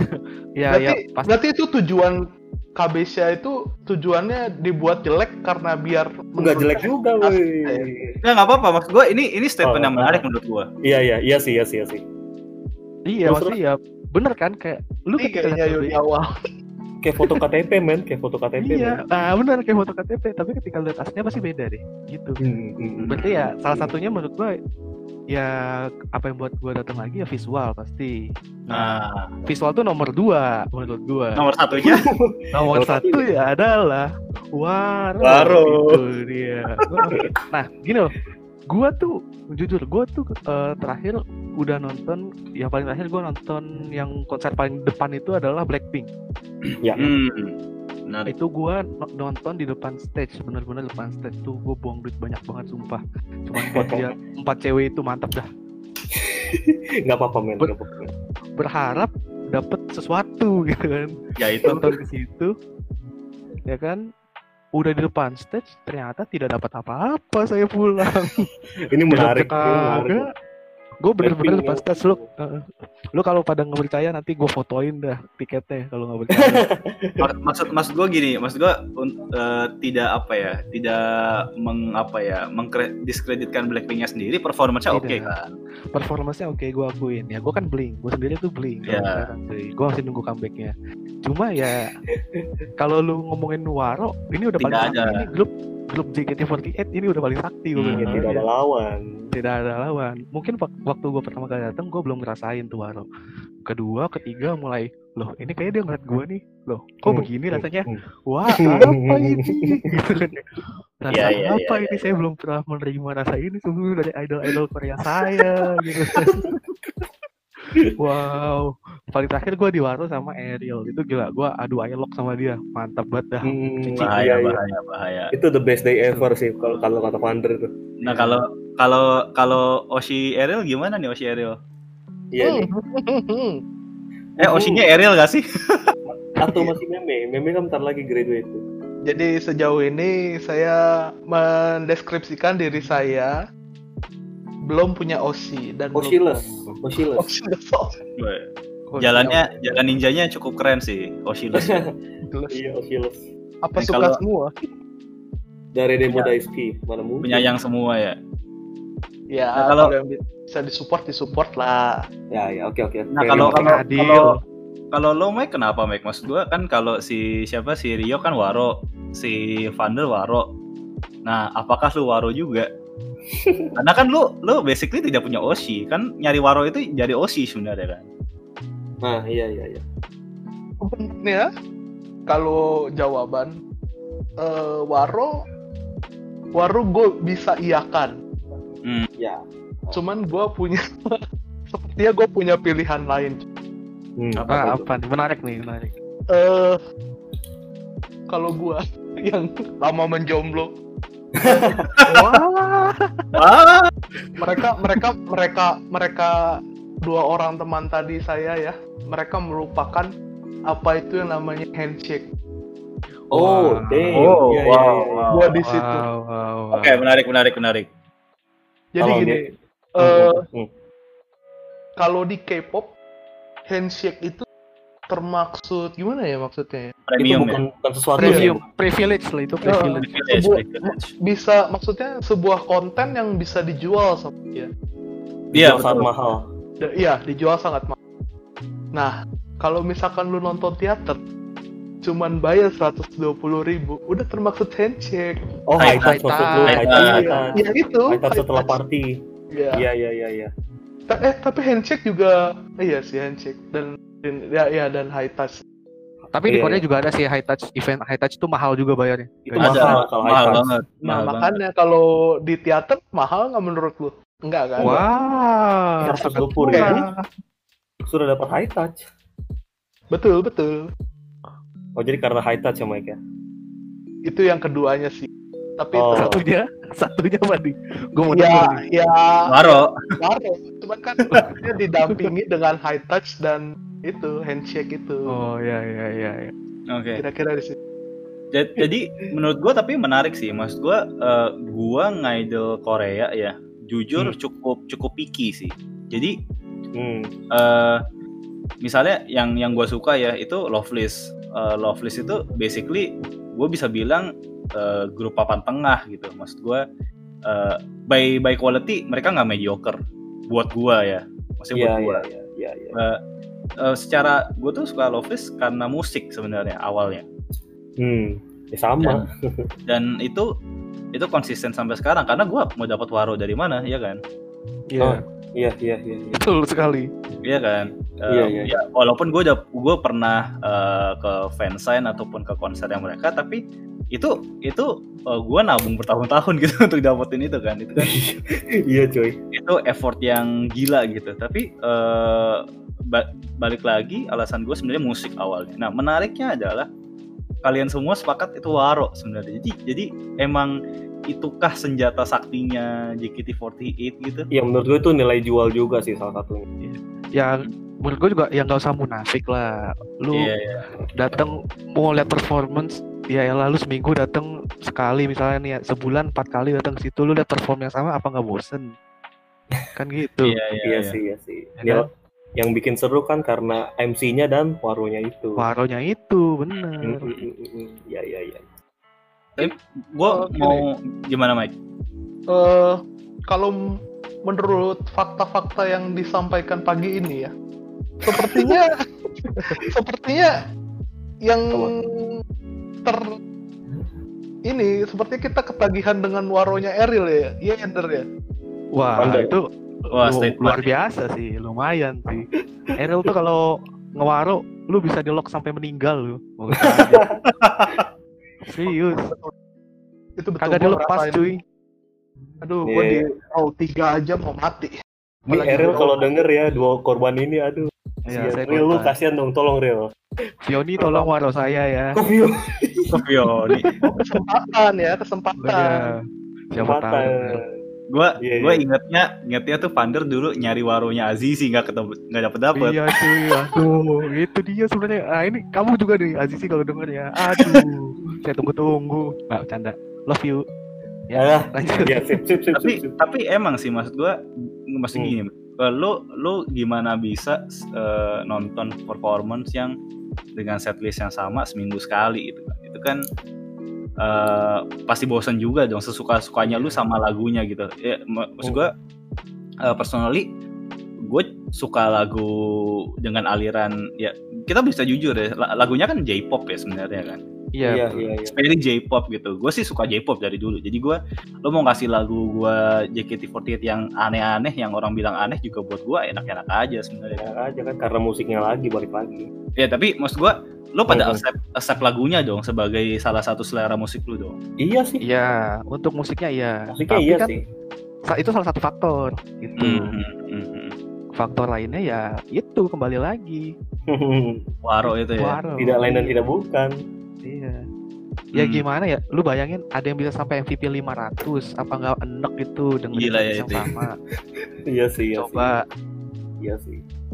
Pasti. Berarti itu tujuan KBC itu tujuannya dibuat jelek karena biar Enggak jelek juga, woi. Nggak apa-apa, maksud gue ini statement yang menarik menurut gue. Iya sih. Iya, Terus, maksudnya ya bener kan kayak lu ketika kayaknya lihat di KBC, awal. Kayak foto KTP, men. iya, bener kayak foto KTP, tapi ketika lihat aslinya pasti beda deh, gitu. Berarti ya salah satunya menurut gua ya apa yang buat gua datang lagi ya visual pasti. Nah, Visual tuh nomor 2 menurut gua. nomor satunya Nomor satu ya adalah Waro. Waro. Itu dia. Nah, gini loh. Gua tuh terakhir udah nonton, yang paling terakhir gua nonton yang konser paling depan itu adalah Blackpink. Ya. Nah, Itu gua nonton di depan stage, bener-bener depan stage tuh gua buang duit banyak banget sumpah. Cuman buat lihat 4 cewek itu mantap dah. Nggak apa-apa, men. Berharap dapet sesuatu gitu kan. ya itu Nonton ke situ, ya kan. Udah di depan stage, ternyata tidak dapat apa-apa, saya pulang. Ini menarik. Kagak. Gue bener-bener Blackpink depan stage lu kalau pada nggak percaya nanti gue fotoin dah tiketnya kalau nggak percaya. maksud gue gini, maksud gue tidak diskreditkan Blackpinknya sendiri, performanya oke Tidak. kan. Performanya oke, gue akuin ya. Gue kan Blink, gue sendiri tuh Blink. Iya. Gue masih nunggu comebacknya. Cuma ya kalau lu ngomongin Waro, ini udah Tidak paling ada. sakti. Ini grup JKT48 ini udah paling sakti gue bilang. Tidak ada lawan. Tidak ada lawan. Mungkin waktu gue pertama kali datang gue belum ngerasain tuh Waro. Kedua, ketiga mulai loh ini kayaknya dia ngeliat gue nih. Loh kok begini rasanya? Wah apa ini? Gitu kan. Rasa Iya, apa iya. ini? Saya belum pernah menerima rasa ini sebelumnya dari idol-idol Korea saya gitu. Wow, paling terakhir gue di Waro sama Ariel itu gila, gue adu ailok sama dia, mantap banget dah. Bahaya, Iya. bahaya. Itu the best day ever sih kalau kata Vander itu. Nah, kalau Oshi Ariel gimana nih, Oshi Ariel? Iya nih. Oshinya Ariel gak sih? Atau masih meme kan bentar lagi graduate tuh. Jadi sejauh ini saya mendeskripsikan diri saya belum punya Oshi dan Oshiless. Jalan ninjanya cukup keren sih, Oshiless. Iya, Oshiless. Apa Nah, suka kalau- semua? Dari Demo Daisuke, mana mungkin. Penyayang semua ya. Ya Nah, kalau- kalau yang bisa disupport lah. Ya, oke. Nah, kalau adil. kalau lo Mike kenapa Mike? Maksud gua kan kalau si Rio kan Waro, si Vander Waro. Nah, apakah lu Waro juga? Karena kan lu basically tidak punya Oshi, kan nyari Waro itu jadi Oshi sebenarnya kan. Nah, iya. Sebenarnya kalau jawaban Waro gue bisa iakan. Ya. Cuman gue punya sepertinya gue punya pilihan lain. Apa nih? Menarik. Kalau gue yang lama menjomblo, Wah. mereka dua orang teman tadi saya ya, mereka melupakan apa itu yang namanya handshake. Oh, Wow. damn. Oh, Iya, iya, wow, iya. wow. Gua di situ. Wow. Oke, menarik. Jadi Kalau gini, dia- kalau di K-pop handshake itu termaksud gimana ya maksudnya? Itu Premium ya. bukan sesuatu Premium, yang privilege lah itu privilege. Bisa maksudnya sebuah konten yang bisa dijual sama dia. Iya, sangat betul. mahal. Iya, dijual sangat mahal. Nah, kalau misalkan lu nonton teater cuman bayar 120.000, udah termaksud handshake. Oh, high touch High maksud lu, touch. high touch. Iya itu. High touch setelah high touch. party. Iya. Iya. Tapi handshake juga, iya sih handshake dan dan high touch. Tapi di Iya, Korea iya. juga ada sih high touch event. High touch itu mahal juga bayarnya. Itu Kayak- mahal kalau high mahal touch. banget. Nah, Mahal banget. makanya kalau di teater mahal nggak menurut lu? Enggak kan? Wah, 120 sangat ya. murah. Sudah dapat high touch. Betul. Oh, jadi karena high touch ya, Mike ya? Itu yang keduanya sih. Tapi Oh. Satunya apa nih? Gue mau ya, denger nih. ya Waro. baru. Cuman kan dia didampingi dengan high touch dan itu handshake itu. Oh ya. Oke. Kira-kira di situ. Jadi menurut gua tapi menarik sih. Maksud gua gua ngidol Korea ya. Jujur cukup picky sih. Jadi misalnya yang gue suka ya itu Loveless. Loveless itu basically gue bisa bilang grup papan tengah gitu. Maksud gue by quality mereka nggak mediocre buat gue ya. Maksudnya buat gue. Iya. Secara gue tuh suka Loveless karena musik sebenarnya awalnya. Ya sama. Dan itu konsisten sampai sekarang karena gue mau dapat Waro dari mana ya kan? Iya. Iya. Betul sekali. Iya kan. Iya. Ya, walaupun gue pernah ke fansign ataupun ke konsernya mereka, tapi itu gue nabung bertahun-tahun gitu untuk dapetin itu kan. Itu kan Iya coy. itu effort yang gila gitu. Tapi balik lagi alasan gue sebenarnya musik awalnya. Nah menariknya adalah kalian semua sepakat itu Waro sebenarnya. Jadi emang itukah senjata saktinya JKT48 gitu? Ya menurut gue itu nilai jual juga sih salah satunya. Ya menurut gue juga ya nggak usah munafik lah. Lu Iya. datang mau lihat performance, ya lalu seminggu datang sekali misalnya nih ya, sebulan 4 kali datang ke situ, lu lihat perform yang sama apa nggak bosen? Kan gitu. Iya sih. Ya kan? Yang bikin seru kan karena MC-nya dan waronya itu. Waronya itu bener. Iya. Gue mau gimana Mike? Kalau menurut fakta-fakta yang disampaikan pagi ini ya, sepertinya yang sepertinya kita ketagihan dengan waronya Eril ya, iya Ender ya. Wah Pandai. itu State luar party. biasa sih, lumayan sih. Eril tuh kalau ngewaro, lu bisa di lock sampai meninggal lu. Mau aja. Serius, Itu betul. kagak gua dilepas ngerasain. cuy. Aduh, gue Iya. di row 3 aja mau mati. Ini Eril kalau denger ya dua korban ini, aduh. Ya, saya Real lu korban. kasihan dong, tolong Real. Fioni tolong waro saya ya. Kofio. Kopioni. Kesempatan ya, kesempatan. Siapa tahu. Gue ingetnya tuh Vander dulu nyari waronya Azizi nggak dapet. Iya cuy, aduh, itu dia sebenarnya. Ah ini kamu juga nih Azizi kalau denger ya. Aduh, saya tunggu. Nggak bercanda. Love you. Ya, lanjut. Ya, sip. Tapi emang sih maksud gini, lu gimana bisa nonton performance yang dengan setlist yang sama seminggu sekali gitu kan? Itu kan pasti bosan juga dong, sesuka-sukanya lu sama lagunya gitu. Ya, maksud gue personally gue suka lagu dengan aliran ya kita bisa jujur ya lagunya kan J-pop ya sebenarnya kan. Iya. Very J-pop gitu. Gue sih suka J-pop dari dulu. Jadi lo mau kasih lagu gue JKT48 yang aneh-aneh, yang orang bilang aneh juga buat gue enak-enak aja sebenarnya. Enak aja kan karena musiknya balik lagi. Ya tapi maksud gue lo pada accept lagunya dong sebagai salah satu selera musik lu dong. Iya sih. Iya, untuk musiknya iya. Musiknya Tapi iya kan sih. itu salah satu faktor gitu. Faktor lainnya ya itu kembali lagi. Waro itu ya. Waro. Tidak lain dan tidak bukan. Iya. Ya gimana ya? Lu bayangin ada yang bisa sampai MVP 500, apa nggak enek itu dengan Gila ya yang itu. sama. Iya sih. Coba. Iya sih.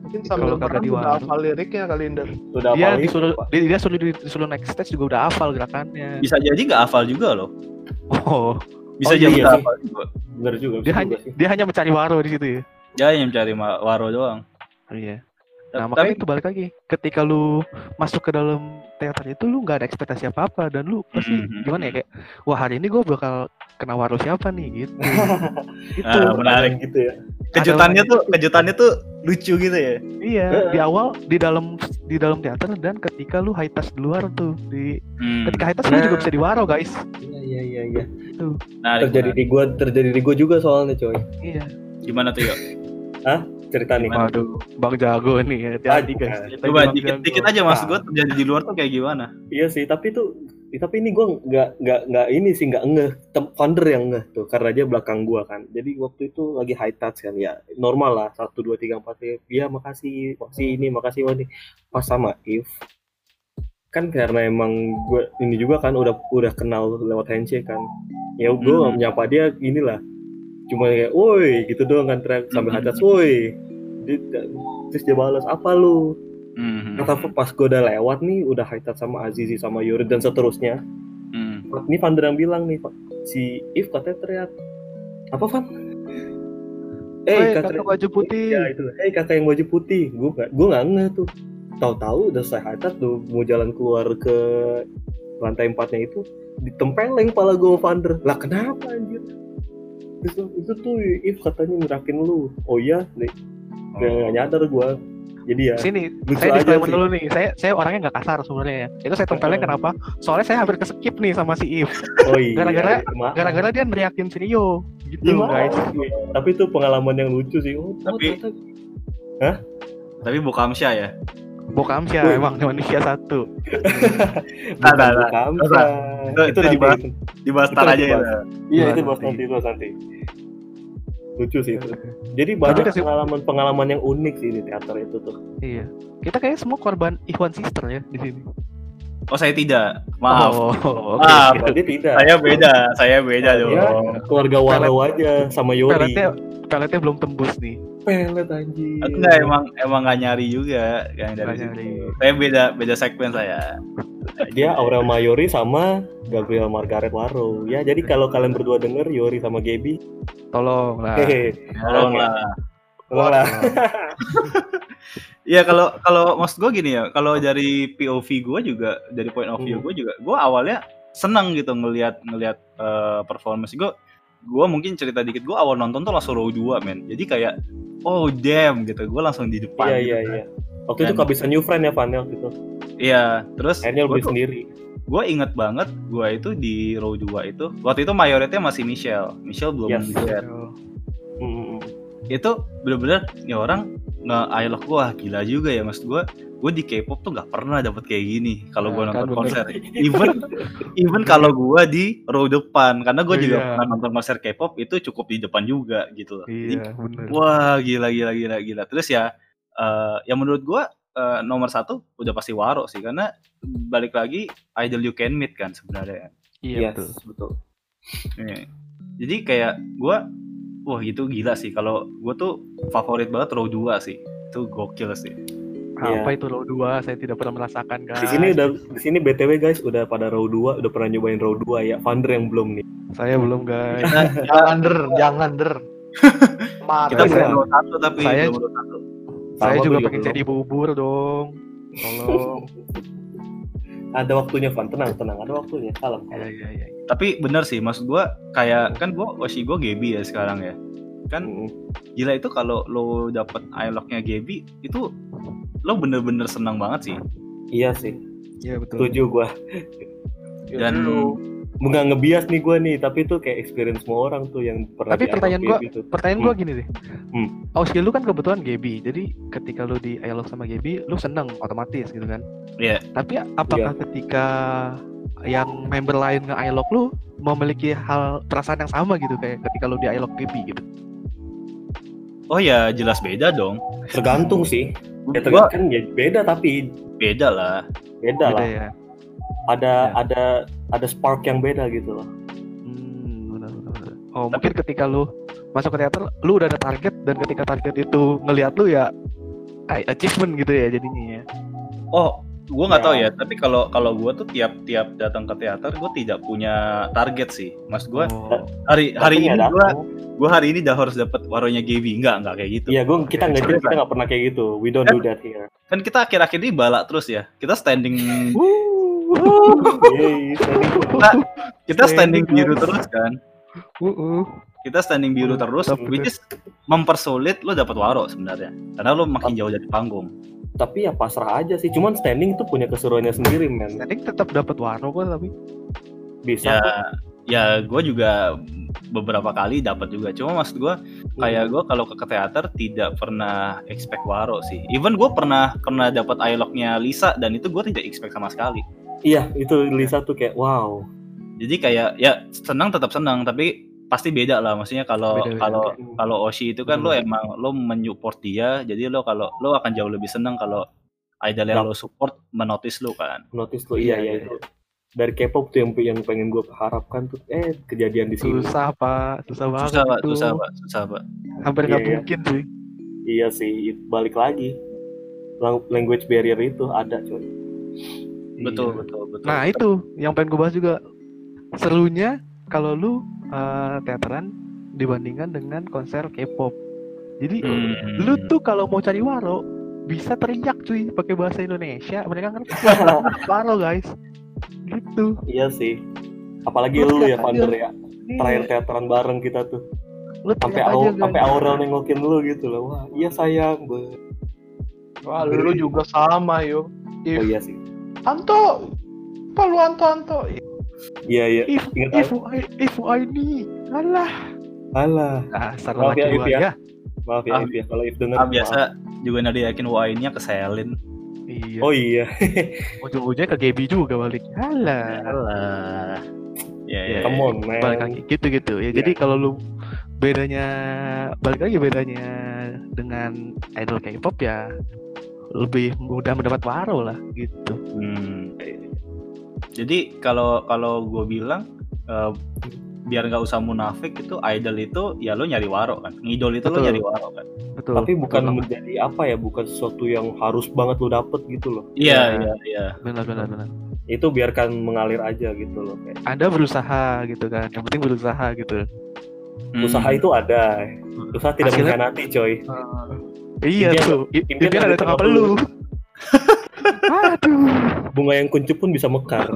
Mungkin sambil Kalau kagak makan di udah warung. hafal liriknya kali Inder. Udah Dia apalagi, disuruh Pak. disuruh naik stage juga udah hafal gerakannya. Bisa jadi nggak hafal juga loh. Oh, Bisa Oh, jadi iya nggak sih. hafal juga. Bener juga. dia bisa hanya juga sih. dia hanya mencari waro di situ ya. Dia yang mencari waro doang. Iya. Nah, Tapi makanya itu balik lagi. Ketika lu masuk ke dalam teater itu lu nggak ada ekspektasi apa-apa dan lu pasti gimana ya kayak wah hari ini gue bakal kena waro siapa nih gitu. Itu menarik. Gitu ya. Kejutannya tuh lucu gitu ya. iya di awal di dalam teater dan ketika lu high touch di luar tuh ketika high touch lu juga bisa diwaro guys. Iya. Menarik, Terjadi di gua juga soalnya coy. Iya. Gimana tuh, Yuk? Cerita nih. Waduh, Bang Jago nih hati-hati guys. Cerita Coba Bang dikit Jago. aja maksud gue terjadi di luar tuh kayak gimana? Iya sih, tapi ini gue nggak ini sih nggak ngeh, founder yang ngeh tuh karena dia belakang gua kan. Jadi waktu itu lagi high touch kan ya, normal lah 1 2 3 4 ya makasih wah ini pas sama If kan karena emang gue ini juga kan udah kenal lewat handshake kan. Ya gue menyapa dia inilah cuma kayak woi gitu doang kan teriak sambil high touch woi. Terus dia balas apa lu? Kata pas gue udah lewat nih, udah high touch sama Azizi sama Yuri dan seterusnya. Ini Vander yang bilang nih, Pak, si If katanya teriak apa Van? Kakak baju putih. Ya itu, kakak yang baju putih. Gue nggak ngeh tuh. Tahu-tahu udah selesai high touch tuh, mau jalan keluar ke lantai 4-nya itu, ditempeleng kepala gue sama Vander. Lah kenapa anjir? Itu tuh If katanya ngerakin lu. Oh iya, nih. Gak nyadar gue. Jadi ya Sini, lucu saya aja disclaimer sih. dulu nih. Saya orangnya nggak kasar sebenarnya ya. Itu saya tempelnya kenapa? Soalnya saya hampir keskip nih sama si If. Oh iya. Gara-gara dia neriakin si Rio gitu Gimana? guys. Tapi itu pengalaman yang lucu sih. Tapi Bokamsya ya. Bokamsya emang manusia satu. Itu Dibahas tar aja ya. Iya itu bahas nanti. Lucu sih itu. Jadi banyak pengalaman yang unik sih di teater itu tuh. Iya. Kita kayaknya semua korban Ikhwan Sister ya di sini. Oh saya tidak. Maaf. Oh, Maaf. Dia tidak. Saya beda dong. Ya, keluarga Waro aja sama Yori. Peletnya belum tembus nih. Pelet anjir. Enggak emang nggak nyari juga yang dari situ. Saya beda segmen saya. Dia Aurel Mayori sama Gabriel Margaret Waro. Ya jadi kalau kalian berdua denger Yori sama Gaby, tolong lah. Tolong lah. Iya kalau maksud gue gini ya, kalau dari POV gue juga, dari point of view gue juga, gue awalnya senang gitu ngelihat performance gue mungkin cerita dikit, gue awal nonton tuh langsung row 2 men, jadi kayak oh damn gitu, gue langsung di depan. Iya. Waktu itu kehabisan new friend ya Vanel gitu. Iya, terus akhirnya beli sendiri. Gue inget banget, gue itu di row 2 itu, waktu itu mayoritnya masih Michelle belum lihat. Itu bener-bener ya orang nge-dialog gue, gila juga ya maksud gue di K-pop tuh nggak pernah dapet kayak gini kalau gue nonton konser. Even kalau gue di row depan, karena gue juga pernah nonton konser K-pop itu cukup di depan juga gitu. Iya, jadi, wah gila. Terus ya menurut gue nomor 1 udah pasti Waro sih, karena balik lagi idol you can meet kan sebenarnya. Iya betul. Jadi kayak gue wah itu gila sih, kalau gue tuh favorit banget row 2 sih, itu gokil sih. Apa itu row 2? Saya tidak pernah merasakan guys. Di sini BTW guys udah pada row 2, udah pernah nyobain row 2 ya. Vander yang belum nih. Saya belum guys. Jangan der. Kita bukan row 1 tapi row 1. Saya juga pengen jadi bubur dong. Tolong. Ada waktunya Van, tenang, ada waktunya. Kalem. Iya. Tapi bener sih, maksud gue kayak kan Oshi gue Gaby ya sekarang ya. Kan gila itu kalau lo dapet dialognya Gaby itu lo bener-bener senang banget sih. Iya sih. Iya betul. Setuju gue. Dan nggak ngebias nih gue nih, tapi itu kayak experience semua orang tuh yang pernah. Tapi pertanyaan gue gini deh. Oshi lu kan kebetulan Gaby, jadi ketika lu di dialog sama Gaby, lu seneng otomatis gitu kan? Iya. Tapi apakah ketika yang member lain nge-dialog lu memiliki perasaan yang sama gitu kayak ketika lu di dialog Gaby gitu? Oh ya jelas beda dong. Tergantung sih. Ya tergantung ya beda tapi. Beda lah. Ya. Ada spark yang beda gitu loh. Benar. Oh mungkin ketika lu masuk ke teater, lu udah ada target dan ketika target itu ngelihat lu ya achievement gitu ya jadinya ya. Oh, gue nggak Ya. tahu ya. Tapi kalau gue tuh tiap datang ke teater gue tidak punya target sih. Mas gue Oh, hari Tapi ini nggak gue hari ini udah harus dapat waronya Gaby. Nggak kayak gitu. Iya, kita nggak pernah kayak gitu. We don't do that here. Kan kita akhir-akhir ini balak terus ya. Kita standing Yeay, kita standing biru terus kan. uh. Kita standing biru terus, Tapi- which is mempersulit lo dapat waro sebenarnya. Karena lo makin jauh dari panggung. Tapi ya pasrah aja sih. Cuman standing itu punya keseruannya sendiri, men. Standing tetap dapat waro kok tapi. Bisa. Ya, kok. ya gue juga beberapa kali dapat juga. Cuma maksud gue kayak gue kalau ke teater tidak pernah expect waro sih. Even gue pernah dapat dialognya Lisa dan itu gue tidak expect sama sekali. Iya, itu Lisa tuh kayak wow. Jadi kayak ya senang tetap senang tapi pasti beda lah. Maksudnya kalau Beda-beda. kalau Oshi itu kan lo emang lo menyupport dia. Jadi lo kalau lo akan jauh lebih senang kalau idol yang lo support menotis lo kan. Notice tuh iya itu. Dari K-pop tuh yang pengen gue harapkan tuh kejadian di sini. Susah banget itu. Susah pak. Hampir nggak Iya. mungkin sih. Iya sih, balik lagi. Language barrier itu ada, coy. Betul. Nah itu yang pengen gue bahas juga. Serunya kalau lu teateran dibandingkan dengan konser K-pop. Jadi lu tuh kalau mau cari waro bisa teriak cuy pakai bahasa Indonesia. Mereka ngerti waro guys. Gitu. Iya sih. Apalagi Lu lu ya, teriak Vander aja. ya. Terakhir teateran bareng kita tuh. Lu Sampai teriak aja guys. sampai Aurel nengokin lu gitu loh. Wah, iya sayang, Wah, lu juga sama yo. Oh iya sih. Anto, apa lu Anto? Iya. Ingat If I need, alah. Alah. Dasar Maaf ya, laki If gua ya. ya. Maaf ya, If ya. Kalau If denger. Biasa juga nadi yakin wainnya ke Selin. Iya. Oh iya. Ujung-ujungnya ke Gaby juga balik. Alah. Alah. Ya. Come on, man. Balik lagi gitu. Ya, jadi kalau lu bedanya dengan idol K-pop ya lebih mudah mendapat waro lah gitu. Jadi kalau gue bilang biar nggak usah munafik itu idol itu ya lo nyari waro kan, ngidol itu lo Betul. nyari waro kan. Betul. Tapi bukan Betul. menjadi bukan sesuatu yang harus banget lu dapet gitu loh. Iya. Benar. Itu biarkan mengalir aja gitu loh. Kayak. Anda berusaha gitu kan. Yang penting berusaha gitu. Usaha itu ada. Usaha tidak Hasilnya- mengkhianati, coy. Iya Impian- tuh. impian Impian ada ada di tengah tengah peluh. Aduh. Bunga yang kuncup pun bisa mekar.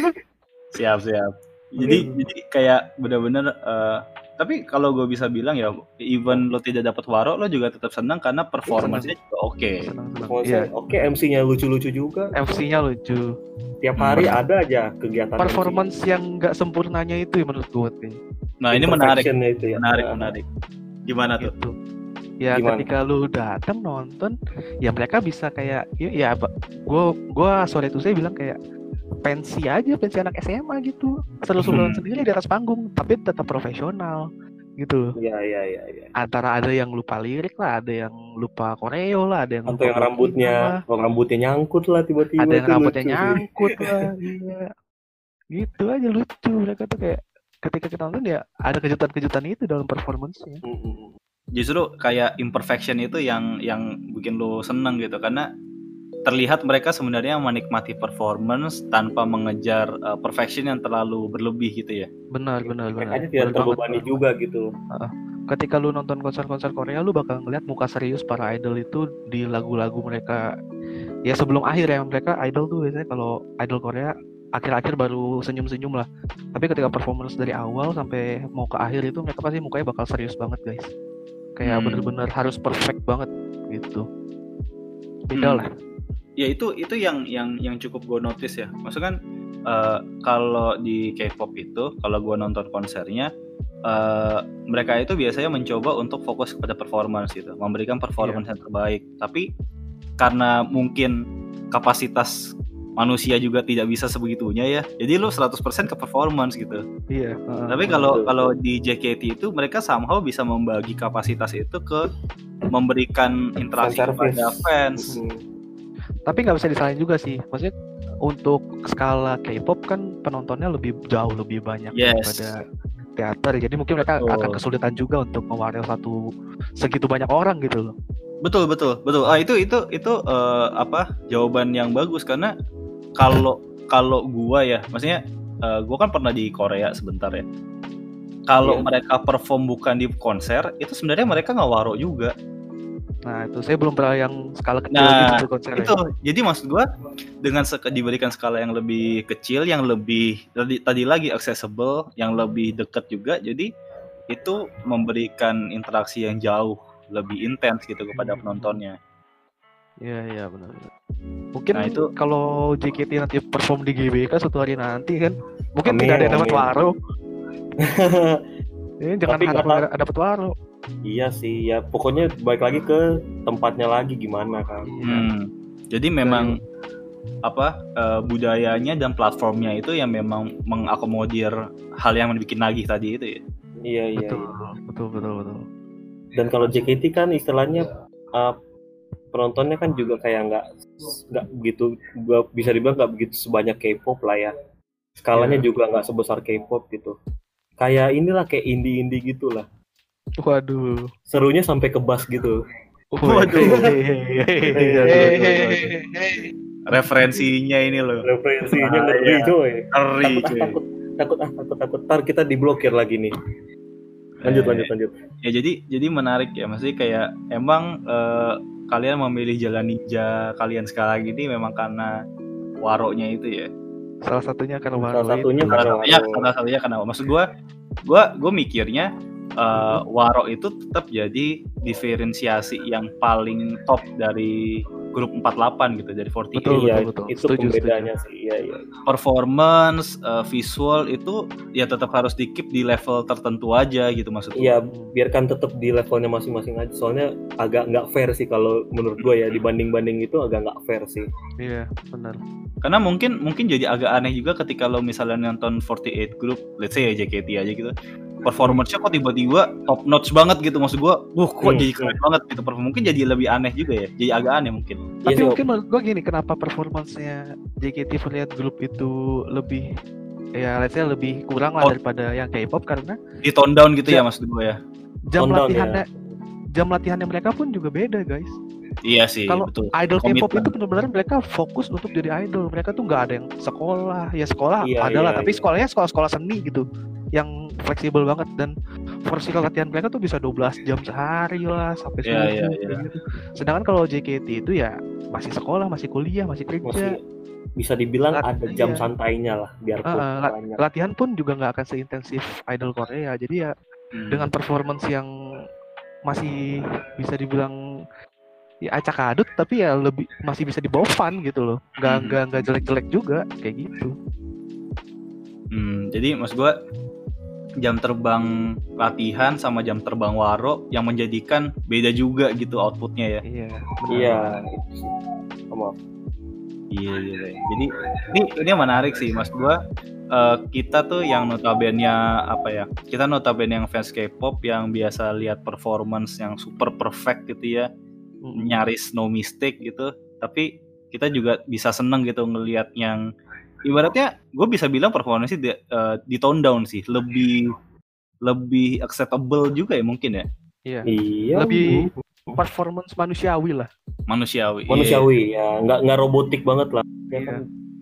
Siap. Jadi kayak bener-bener tapi kalau gue bisa bilang ya even lo tidak dapat waro lo juga tetap senang karena performance-nya juga oke. Senang-senang. Maksudnya, Iya. Oke, MC-nya lucu-lucu juga. FC-nya lucu. Tiap hari ada aja kegiatan Performance yang nggak sempurnanya itu menurut gue nih. Nah ini menarik, Imperfection-nya itu ya. menarik. Gimana tuh? Gitu. Ya Gimana? ketika lu datang nonton, ya mereka bisa kayak ya gua sorry itu saya bilang kayak pensi anak SMA gitu. Seru-seruan sendiri di atas panggung, tapi tetap profesional gitu loh. Iya. Antara ada yang lupa lirik lah, ada yang lupa koreo lah, ada yang Atau lupa yang rambutnya nyangkut lah tiba-tiba. ada yang tuh rambutnya lucu sih. nyangkut lah, iya. Gitu aja lucu mereka tuh kayak ketika kita nonton ya ada kejutan-kejutan itu dalam performance-nya. Justru kayak imperfection itu yang bikin lo seneng gitu karena terlihat mereka sebenarnya menikmati performance tanpa mengejar perfection yang terlalu berlebih gitu ya. Benar. Mereka tidak Benar terbebani banget. juga gitu. Ketika lu nonton konser-konser Korea lu bakal ngeliat muka serius para idol itu di lagu-lagu mereka. Ya sebelum akhir ya mereka idol tuh biasanya kalau idol Korea akhir-akhir baru senyum-senyum lah. Tapi ketika performance dari awal sampai mau ke akhir itu mereka pasti mukanya bakal serius banget guys. Kayak bener-bener harus perfect banget gitu. Beda lah. Ya itu yang cukup gue notice ya. Maksudnya kan kalau di K-pop itu kalau gue nonton konsernya mereka itu biasanya mencoba untuk fokus kepada performance gitu, memberikan performance yang terbaik. Tapi karena mungkin kapasitas manusia juga tidak bisa sebegitunya ya. Jadi lu 100% ke performance gitu. Iya. Tapi kalau di JKT itu mereka somehow bisa membagi kapasitas itu ke memberikan interaksi kepada fans. Tapi nggak bisa disalahin juga sih. Maksudnya untuk skala K-pop kan penontonnya jauh lebih banyak daripada teater. Jadi mungkin mereka akan kesulitan juga untuk mewarai segitu banyak orang gitu loh. Betul. Apa jawaban yang bagus karena kalau gua ya, maksudnya gua kan pernah di Korea sebentar ya. Kalau mereka perform bukan di konser, itu sebenarnya mereka nggak waro juga. Nah itu saya belum pernah yang skala kecil gitu konser. Itu jadi maksud gua dengan diberikan skala yang lebih kecil, yang lebih tadi lagi accessible, yang lebih dekat juga, jadi itu memberikan interaksi yang jauh lebih intens gitu kepada penontonnya. Iya benar. Mungkin itu kalau JKT nanti perform di GBK suatu hari nanti kan, mungkin tidak ada yang dapat waro. Jangan harap dapat waro. Iya sih, ya pokoknya balik lagi ke tempatnya lagi gimana kan. Jadi memang budayanya dan platformnya itu yang memang mengakomodir hal yang bikin nagih tadi itu ya. Iya. Betul. Dan kalau JKT kan istilahnya penontonnya kan juga kayak nggak begitu, bisa dibilang nggak begitu sebanyak K-pop lah ya. Skalanya juga nggak sebesar K-pop gitu. Kayak inilah kayak indie gitu lah. Waduh. Serunya sampai ke bass gitu. Waduh. Referensinya ini loh. Referensinya ngeri coy. Takut. Ntar kita diblokir lagi nih. Lanjut. Ya jadi menarik ya, maksudnya kayak emang kalian memilih jalan ninja kalian sekarang ini memang karena waronya itu ya. Salah satunya karena waro. Salah satunya karena maksud gue mikirnya waro itu tetap jadi diferensiasi yang paling top dari grup 48 gitu, dari 48. Betul. Itu pembedanya sih. Iya. Performance, visual itu ya tetap harus di-keep di level tertentu aja gitu maksudnya. Iya, biarkan tetap di levelnya masing-masing aja. Soalnya agak nggak fair sih kalau menurut gue ya, dibanding itu agak nggak fair sih. Iya, benar. Karena mungkin jadi agak aneh juga ketika lo misalnya nonton 48 group, let's say ya JKT aja gitu. Performance-nya kok tiba-tiba top notch banget gitu, maksud gue, kok jadi keren banget gitu. Mungkin jadi lebih aneh juga ya, jadi agak aneh mungkin. Tapi mungkin menurut gue gini, kenapa performance-nya JKT48 group itu lebih, ya let's say lebih kurang lah daripada yang K-pop, karena di tone down gitu ya maksud gue ya. Jam latihannya mereka pun juga beda guys. Iya sih, kalau betul. Idol K-pop itu benar-benar mereka fokus untuk jadi idol. Mereka tuh nggak ada yang sekolah, adalah, tapi sekolahnya sekolah seni gitu, yang fleksibel banget, dan porsi latihan mereka tuh bisa 12 jam sehari lah sampai subuh gitu. Sedangkan kalau JKT itu ya masih sekolah, masih kuliah, masih kerja. Bisa dibilang ada jam santainya lah, biar latihan pun juga nggak akan seintensif idol Korea. Jadi ya dengan performance yang masih bisa dibilang ya acak adut, tapi ya lebih masih bisa dibawa fun gitu loh, nggak jelek-jelek juga kayak gitu. Jadi maksud gue jam terbang latihan sama jam terbang waro yang menjadikan beda juga gitu outputnya ya. Iya. Jadi ini menarik sih mas gue. Kita tuh yang notabene kita notabene yang fans K-pop yang biasa lihat performance yang super perfect gitu ya, nyaris no mistake gitu, tapi kita juga bisa seneng gitu ngelihat yang ibaratnya gue bisa bilang performance di tone down sih, lebih acceptable juga ya mungkin ya. Iya. Lebih performance manusiawi lah. Manusiawi ya, nggak robotik banget lah. Iya.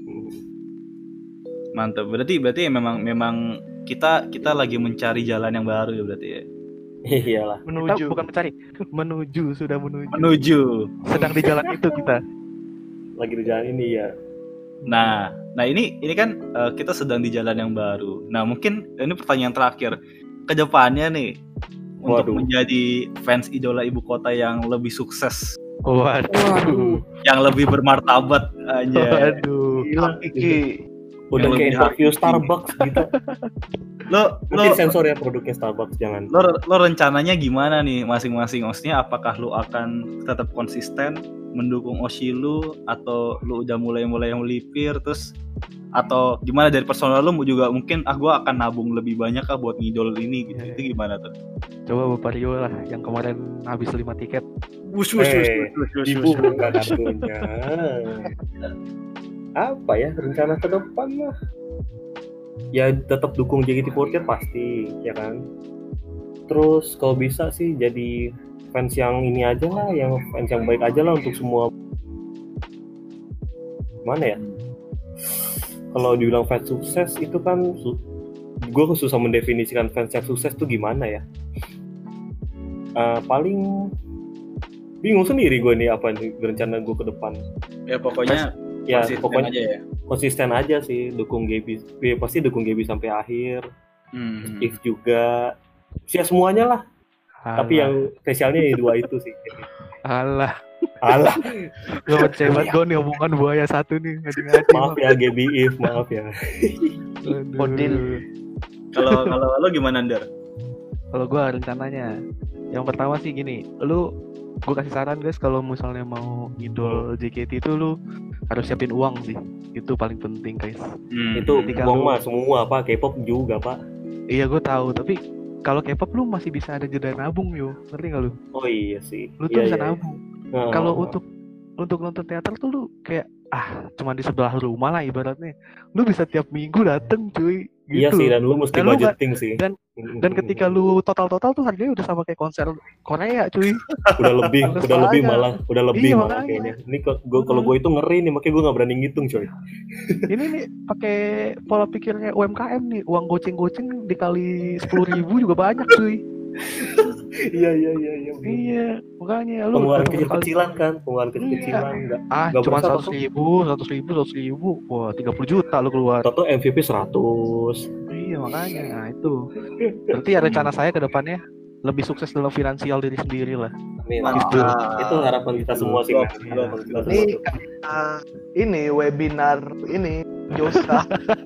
Mantap. Berarti ya memang kita lagi mencari jalan yang baru ya berarti ya. Iyalah. Kita bukan mencari, sudah menuju. Sedang di jalan itu kita. Lagi di jalan ini ya. Nah ini kan kita sedang di jalan yang baru. Nah mungkin ini pertanyaan terakhir. Kedepannya nih untuk menjadi fans idola ibu kota yang lebih sukses. Waduh. Yang lebih bermartabat aja. Waduh. Iki. Udah kayak interview Starbucks gitu. Lo sensor ya produknya Starbucks, jangan. Lo rencananya gimana nih masing-masing? Maksudnya apakah lo akan tetap konsisten mendukung Oshi lu, atau lu udah mulai melipir terus, atau gimana dari personal lu juga mungkin gue akan nabung lebih banyak buat ngidol ini gitu. Itu gimana tuh? Coba Bapak Rio lah yang kemarin habis 5 tiket. Dibuka kartunya. Apa ya rencana ke depan lah? Ya tetap dukung JKT48 pasti, ya kan. Terus kalau bisa sih jadi fans yang ini aja lah, yang fans yang baik aja lah untuk semua. Mana ya? Kalau dibilang fans sukses itu kan gue susah mendefinisikan fans yang sukses tuh gimana ya. Paling bingung sendiri gue nih apa nih rencana gue ke depan. Ya pokoknya pokoknya aja ya. Konsisten aja sih, dukung Gaby. Pasti dukung Gaby sampai akhir. Steve juga. Ya semuanya lah. Tapi yang spesialnya ya dua itu sih. Alah. Gak percaya banget gue nih omongan buaya satu nih. Maaf ya Gaby If, maaf ya. Odil. Kalau lo gimana, Ndar? Kalau gue rencananya, yang pertama sih gini, gue kasih saran guys, kalau misalnya mau ngidol JKT itu lu harus siapin uang sih, itu paling penting guys. Itu uang mah semua pak, K-pop juga pak. Iya gue tahu, tapi kalau K-pop lu masih bisa ada jeda nabung ngerti nggak lu? Oh iya sih. Lu tuh bisa nabung. Kalau untuk nonton teater tuh lu kayak cuma di sebelah rumah lah ibaratnya, lu bisa tiap minggu dateng cuy. Gitu. Iya sih, dan lu mesti budgeting sih. Dan ketika lu total tuh harganya udah sama kayak konser Korea cuy. udah lebih malah makanya. Kayaknya. Ini kalau gue itu ngeri nih, makanya gue nggak berani ngitung coy. Ini nih pakai pola pikirnya UMKM nih, uang goceng dikali 10.000 juga banyak cuy. Iya, makanya lu pengeluaran kecil-kecilan kan, enggak. Cuma 100.000, wah 30 juta lu keluar. Toto MVP 100. Iya, makanya itu. Berarti ya rencana saya ke depannya lebih sukses dalam finansial diri sendiri lah. Amin. Itu harapan kita semua sih. Ini webinar ini Joska.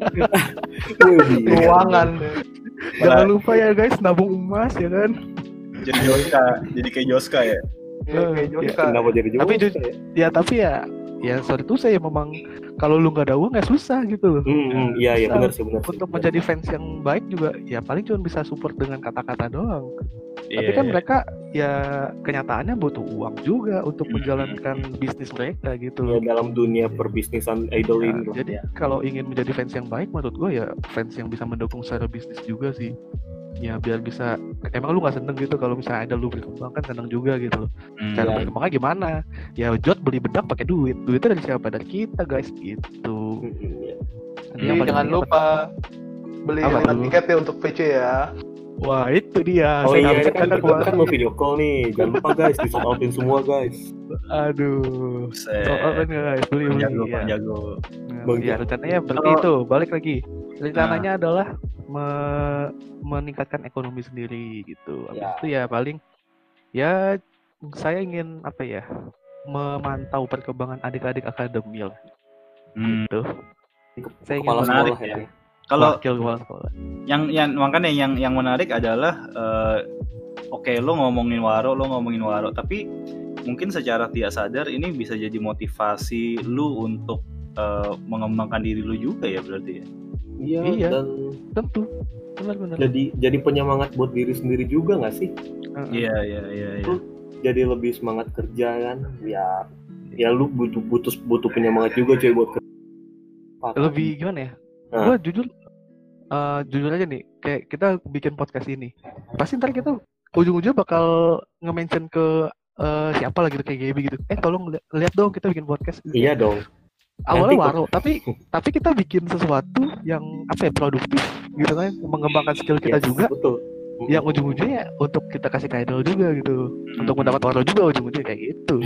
Keuangan. Jangan lupa ya guys, nabung emas ya kan. Jadi kayak Joska ya. Kayak Joska. Kenapa jadi Joska? Tapi sorry tuh saya memang kalau lu nggak ada uang ya susah gitu loh. Iya benar sih. Untuk menjadi fans yang baik juga ya paling cuma bisa support dengan kata-kata doang. Tapi kan mereka ya kenyataannya butuh uang juga untuk menjalankan bisnis mereka gitu loh. Ya, dalam dunia perbisnisan idol ini. Jadi kalau ingin menjadi fans yang baik menurut gue ya fans yang bisa mendukung secara bisnis juga sih. Ya biar bisa, emang lu gak seneng gitu kalau misalnya ada lu berkembang kan seneng juga gitu. Cara berkembangnya gimana? Ya Jod beli bedak pakai duitnya dari siapa? Dari kita guys gitu. Jangan lupa beli tiket ya untuk VC ya. Wah itu dia. Oh iya kan mau video call nih. Jangan lupa guys, di sold outin semua guys. Aduh. Sold outin guys, beli jago. Ya rencananya berarti itu balik lagi. Rencananya adalah meningkatkan ekonomi sendiri gitu. Habis itu ya paling ya saya ingin memantau perkembangan adik-adik akademi lah. Gitu. Saya ingin menarik ya. Kalau yang makanya yang menarik adalah lo ngomongin Waro, tapi mungkin secara tidak sadar ini bisa jadi motivasi lu untuk mengembangkan diri lu juga ya berarti ya. Iya, dan tentu benar. Jadi penyemangat buat diri sendiri juga nggak sih? Iya. Jadi lebih semangat kerja kan? Ya lu butuh penyemangat juga coy buat kerja. Lebih gimana ya? Gue jujur aja nih, kayak kita bikin podcast ini, pasti ntar kita ujung-ujungnya bakal nge-mention ke siapa lagi gitu kayak Gaby gitu. Tolong lihat dong kita bikin podcast. Iya dong. Awalnya Waro, tapi kita bikin sesuatu yang produktif gitu kan, mengembangkan skill kita juga. Betul. Yang ujung-ujungnya untuk kita kasih ke idol juga gitu, untuk mendapat Waro juga ujung-ujungnya kayak gitu.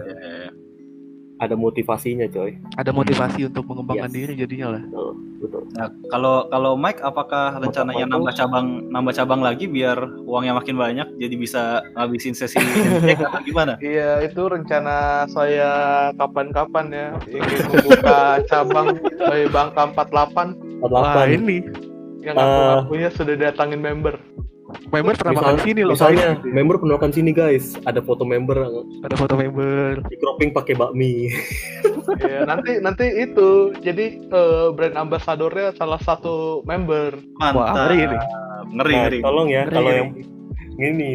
Ada motivasinya coy. Ada motivasi untuk mengembangkan diri jadinya lah. Betul. Nah, kalau Mike apakah rencananya nambah cabang lagi biar uangnya makin banyak jadi bisa ngabisin sesi atau gimana? Iya, itu rencana saya kapan-kapan ya, ingin membuka cabang di Bangka 48. Wah, ini yang ngaku-ngakunya sudah datangin member pernah makan sini loh. Misalnya member pernah makan sini guys, ada foto member di cropping pakai bakmi. Ya, nanti itu jadi brand ambassadornya salah satu member. Mantap. Wah, ngeri. Tolong ya, kalau yang ini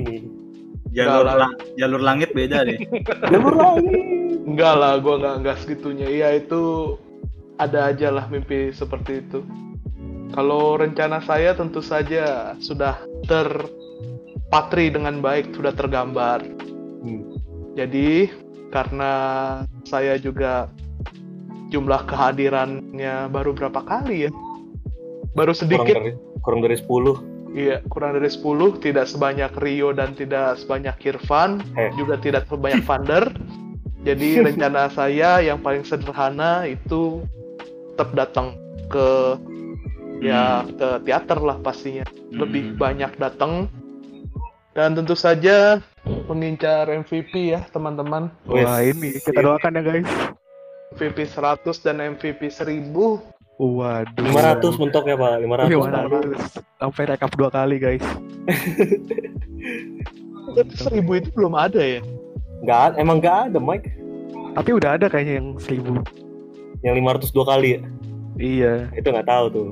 jalur langit beda deh. Jalur langit. Enggak lah, gua enggak segitunya. Iya, itu ada aja lah mimpi seperti itu. Kalau rencana saya tentu saja sudah terpatri dengan baik, sudah tergambar. Jadi karena saya juga jumlah kehadirannya baru berapa kali ya? Baru sedikit. Kurang dari 10. Iya, kurang dari 10, tidak sebanyak Rio dan tidak sebanyak Irfan, juga tidak sebanyak Vander. Jadi rencana saya yang paling sederhana itu tetap datang ke ke teater lah pastinya. Lebih banyak datang. Dan tentu saja mengincar MVP ya, teman-teman. Wah, ini kita doakan ya, guys. MVP 100 dan MVP 1000. Waduh. 500 mentoknya Pak, 500. Sampai rekap 2 kali, guys. 1000 itu belum ada ya? Emang nggak ada, Mike. Tapi udah ada kayaknya yang 1000. Yang 500 2 kali ya? Iya. Itu nggak tahu tuh.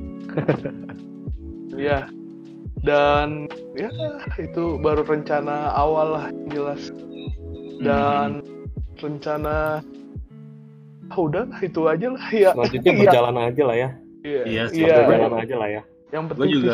Iya. Dan ya itu baru rencana awal lah jelas. Dan rencana udahlah itu aja lah ya. Selanjutnya berjalan aja lah ya. Iya, berjalan aja lah ya. Yang penting juga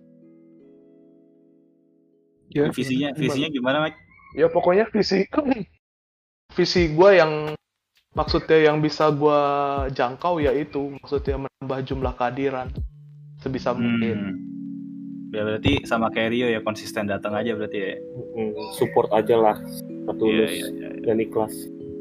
visinya gimana, Mike? Ya pokoknya visi gue yang maksudnya yang bisa gue jangkau yaitu maksudnya menambah jumlah kehadiran sebisa mungkin. Ya berarti sama kayak Rio ya, konsisten datang aja berarti ya. Support aja lah, tulus dan ikhlas.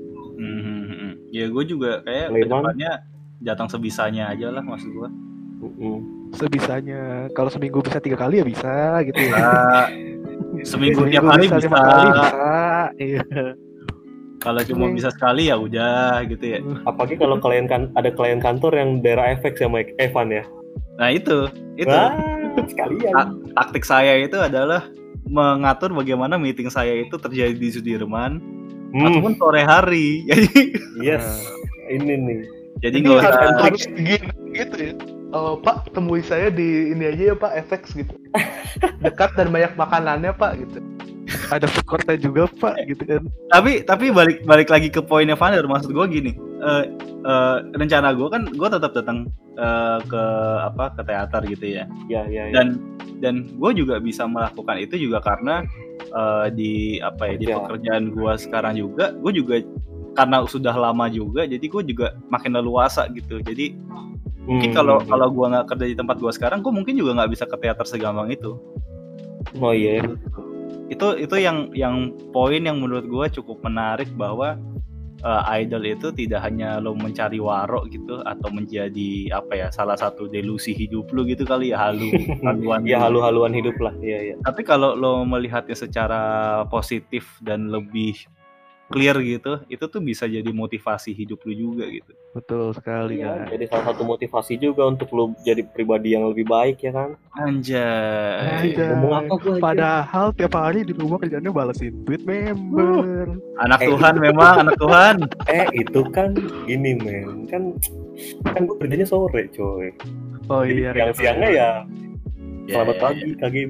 Ya gue juga kayak kedepannya datang sebisanya aja lah, maksud gue. Sebisanya. Kalau seminggu bisa 3 kali ya bisa gitu ya. Seminggu tiap hari bisa. 5 kali bisa. Iya. Kalau cuma bisa sekali ya udah gitu ya. Apalagi kalau ada klien kantor yang daerah FX ya Mike, Evan ya. Nah itu. Wah, sekalian. Taktik saya itu adalah mengatur bagaimana meeting saya itu terjadi di Sudirman ataupun sore hari. Jadi ini nih. Jadi nggak usah harus gitu ya. Pak, temui saya di ini aja ya Pak, FX gitu. Dekat dan banyak makanannya Pak gitu. Ada food court-nya juga Pak gitu kan. Tapi balik lagi ke poinnya Vander, maksud gue gini. Rencana gue kan gue tetap datang ke teater gitu ya. Iya. Dan gue juga bisa melakukan itu juga karena di pekerjaan gue sekarang juga gue juga karena sudah lama juga, jadi gue juga makin leluasa gitu. Jadi mungkin kalau gue nggak kerja di tempat gue sekarang, gue mungkin juga nggak bisa ke teater segampang itu. Oh iya. Itu yang poin yang menurut gue cukup menarik, bahwa idol itu tidak hanya lo mencari warok gitu atau menjadi salah satu delusi hidup lo gitu kali ya, haluan ya halu-haluan hidup lah. Iya. Tapi kalau lo melihatnya secara positif dan lebih clear gitu, itu tuh bisa jadi motivasi hidup lu juga gitu. Betul sekali ya. Jadi salah satu motivasi juga untuk lu jadi pribadi yang lebih baik ya kan. Anjay. Ngomong apa gua aja. Padahal tiap hari di rumah kerjanya balesin tweet member. Anak Tuhan memang anak Tuhan. Itu kan ini men, kan gua kerjanya sore coy. Oh jadi iya. Siangnya ya selamat pagi KGB.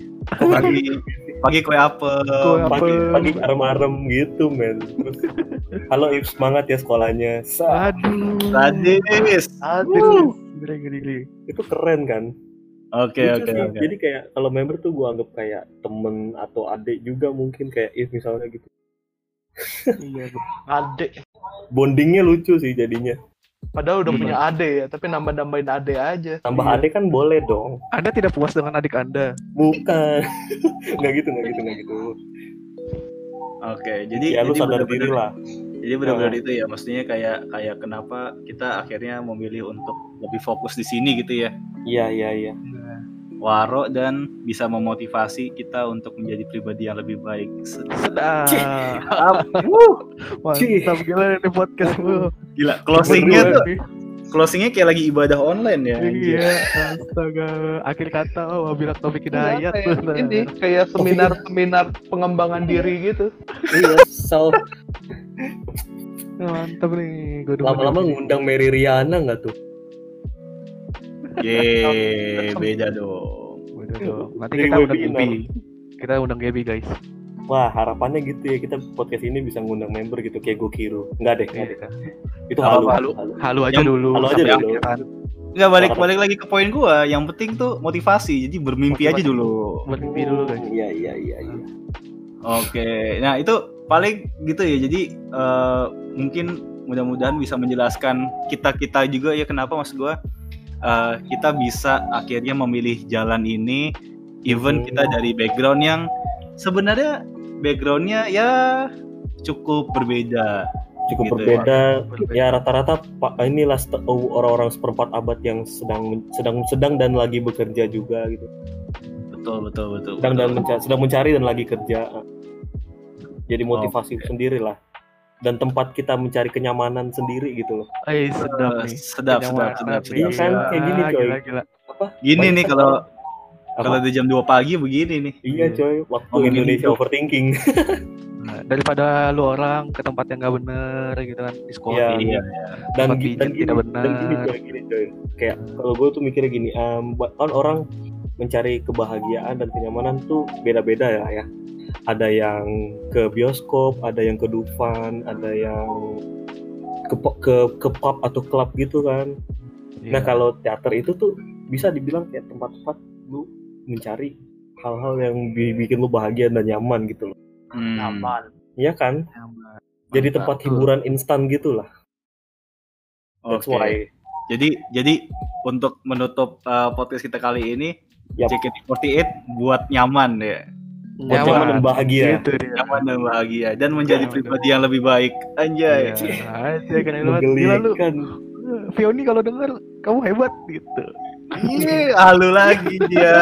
Pagi kue apel. Pagi arem-arem gitu men. Terus halo Ips, semangat ya sekolahnya. Aduh. Sadis. Gede. Itu keren kan. Oke. Jadi kayak kalau member tuh gue anggap kayak temen atau adik juga mungkin, kayak If misalnya gitu. Iya, adik. Bondingnya lucu sih jadinya. Padahal udah punya adik ya, tapi nambah-nambahin adik aja. Tambah adik kan boleh dong. Anda tidak puas dengan adik Anda? Bukan. Nggak gitu. Oke, jadi ya lu sadar diri lah. Jadi benar-benar itu ya, maksudnya kayak kenapa kita akhirnya memilih untuk lebih fokus di sini gitu ya. Iya. Waro dan bisa memotivasi kita untuk menjadi pribadi yang lebih baik. Sedap. Mantap gila ini podcast lu. Gila, closingnya kayak lagi ibadah online ya. Iya, astaga. Akhir kata wabillahi taufiq hidayah tuh. Ini kayak seminar pengembangan diri gitu. Iya, mantap nih. Lama-lama ngundang Mary Riana nggak tuh? Beda dong. Nanti kita undang Gaby. Kita undang Gaby guys. Wah, harapannya gitu ya, kita podcast ini bisa ngundang member gitu kayak Gokiro. Enggak deh. Itu halu aja dulu. Enggak, balik lagi ke poin gua. Yang penting tuh motivasi. Jadi bermimpi aja dulu. Bermimpi dulu guys. Iya. Oke, nah itu paling gitu ya. Jadi mungkin mudah-mudahan bisa menjelaskan kita juga ya kenapa maksud gua kita bisa akhirnya memilih jalan ini, even kita dari background yang sebenarnya backgroundnya ya cukup berbeda. Cukup Gitu berbeda. Ya rata-rata inilah orang-orang seperempat abad yang sedang dan lagi bekerja juga gitu. Betul. Sedang mencari dan lagi kerja. Jadi motivasi sendiri lah. Dan tempat kita mencari kenyamanan sendiri gitu loh. Sedap nih. Sedap. Iya kan, kayak gini coy. Gila. Apa? Gini nih kalau Apa? di jam 2 pagi begini nih. Iya coy, waktu Ngomongin Indonesia hidup. overthinking. Nah, daripada lu orang ke tempat yang nggak bener gitu kan di sekolah. Iya. Dan gini benar. coy. Kayak kalau gue tuh mikirnya gini, kan orang mencari kebahagiaan dan kenyamanan tuh beda-beda ya. Ada yang ke bioskop, ada yang ke Dufan, ada yang ke pub atau klub gitu kan. Nah kalau teater itu tuh bisa dibilang kayak tempat-tempat lu mencari hal-hal yang bikin lu bahagia dan nyaman gitu loh. Nyaman. Iya kan? Nyaman. Jadi tempat hiburan instan gitu lah. That's Oke. why. Jadi untuk menutup podcast kita kali ini, Yap. JKT48 buat nyaman ya. Nyaman dan bahagia. Gitu dia. Nyaman dan bahagia dan menjadi pribadi yang lebih baik. Anjay. Aja keren banget. Gila lu. Menggelikan. Fioni kalau denger kamu hebat gitu. Ih, halu lagi dia.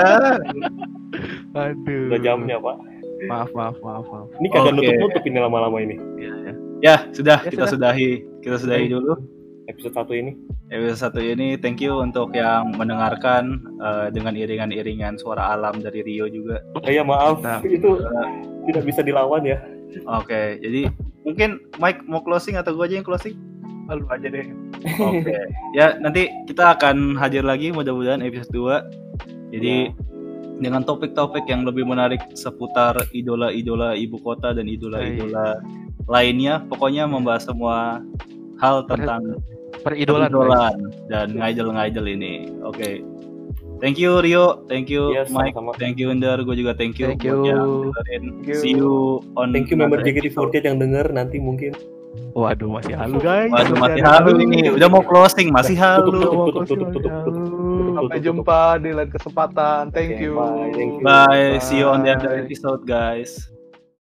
Aduh. Udah jamnya pak. Maaf. Ini kagak Oke. nutup ini lama-lama ini. Ya, sudah Ya, kita sudah. sudahi dulu Episode 1 ini. episode 1 ini. Thank you untuk yang mendengarkan dengan iringan-iringan suara alam dari Rio juga. Ya maaf, Nah. itu tidak bisa dilawan ya. Oke, jadi mungkin Mike mau closing atau gue aja yang closing? Lu aja deh. Oke. Ya, nanti kita akan hadir lagi mudah-mudahan episode 2. Jadi dengan topik-topik yang lebih menarik seputar idola-idola ibu kota dan idola-idola lainnya. Pokoknya membahas semua hal tentang Peridolan. dan ngidol ini. Oke. Thank you Rio, thank you Yes, Mike, sama-sama. thank you Ender, gue juga thank you. Thank buat you. yang dengerin. Thank you. See you on Thank you member another JKT48 yang denger nanti mungkin. Waduh, masih halu guys. Waduh, masih halu ini. Udah mau closing, masih halu. Tutup. Sampai jumpa di lain kesempatan. Thank Oke, you. bye, thank you. Bye, see you on the Bye. other episode guys.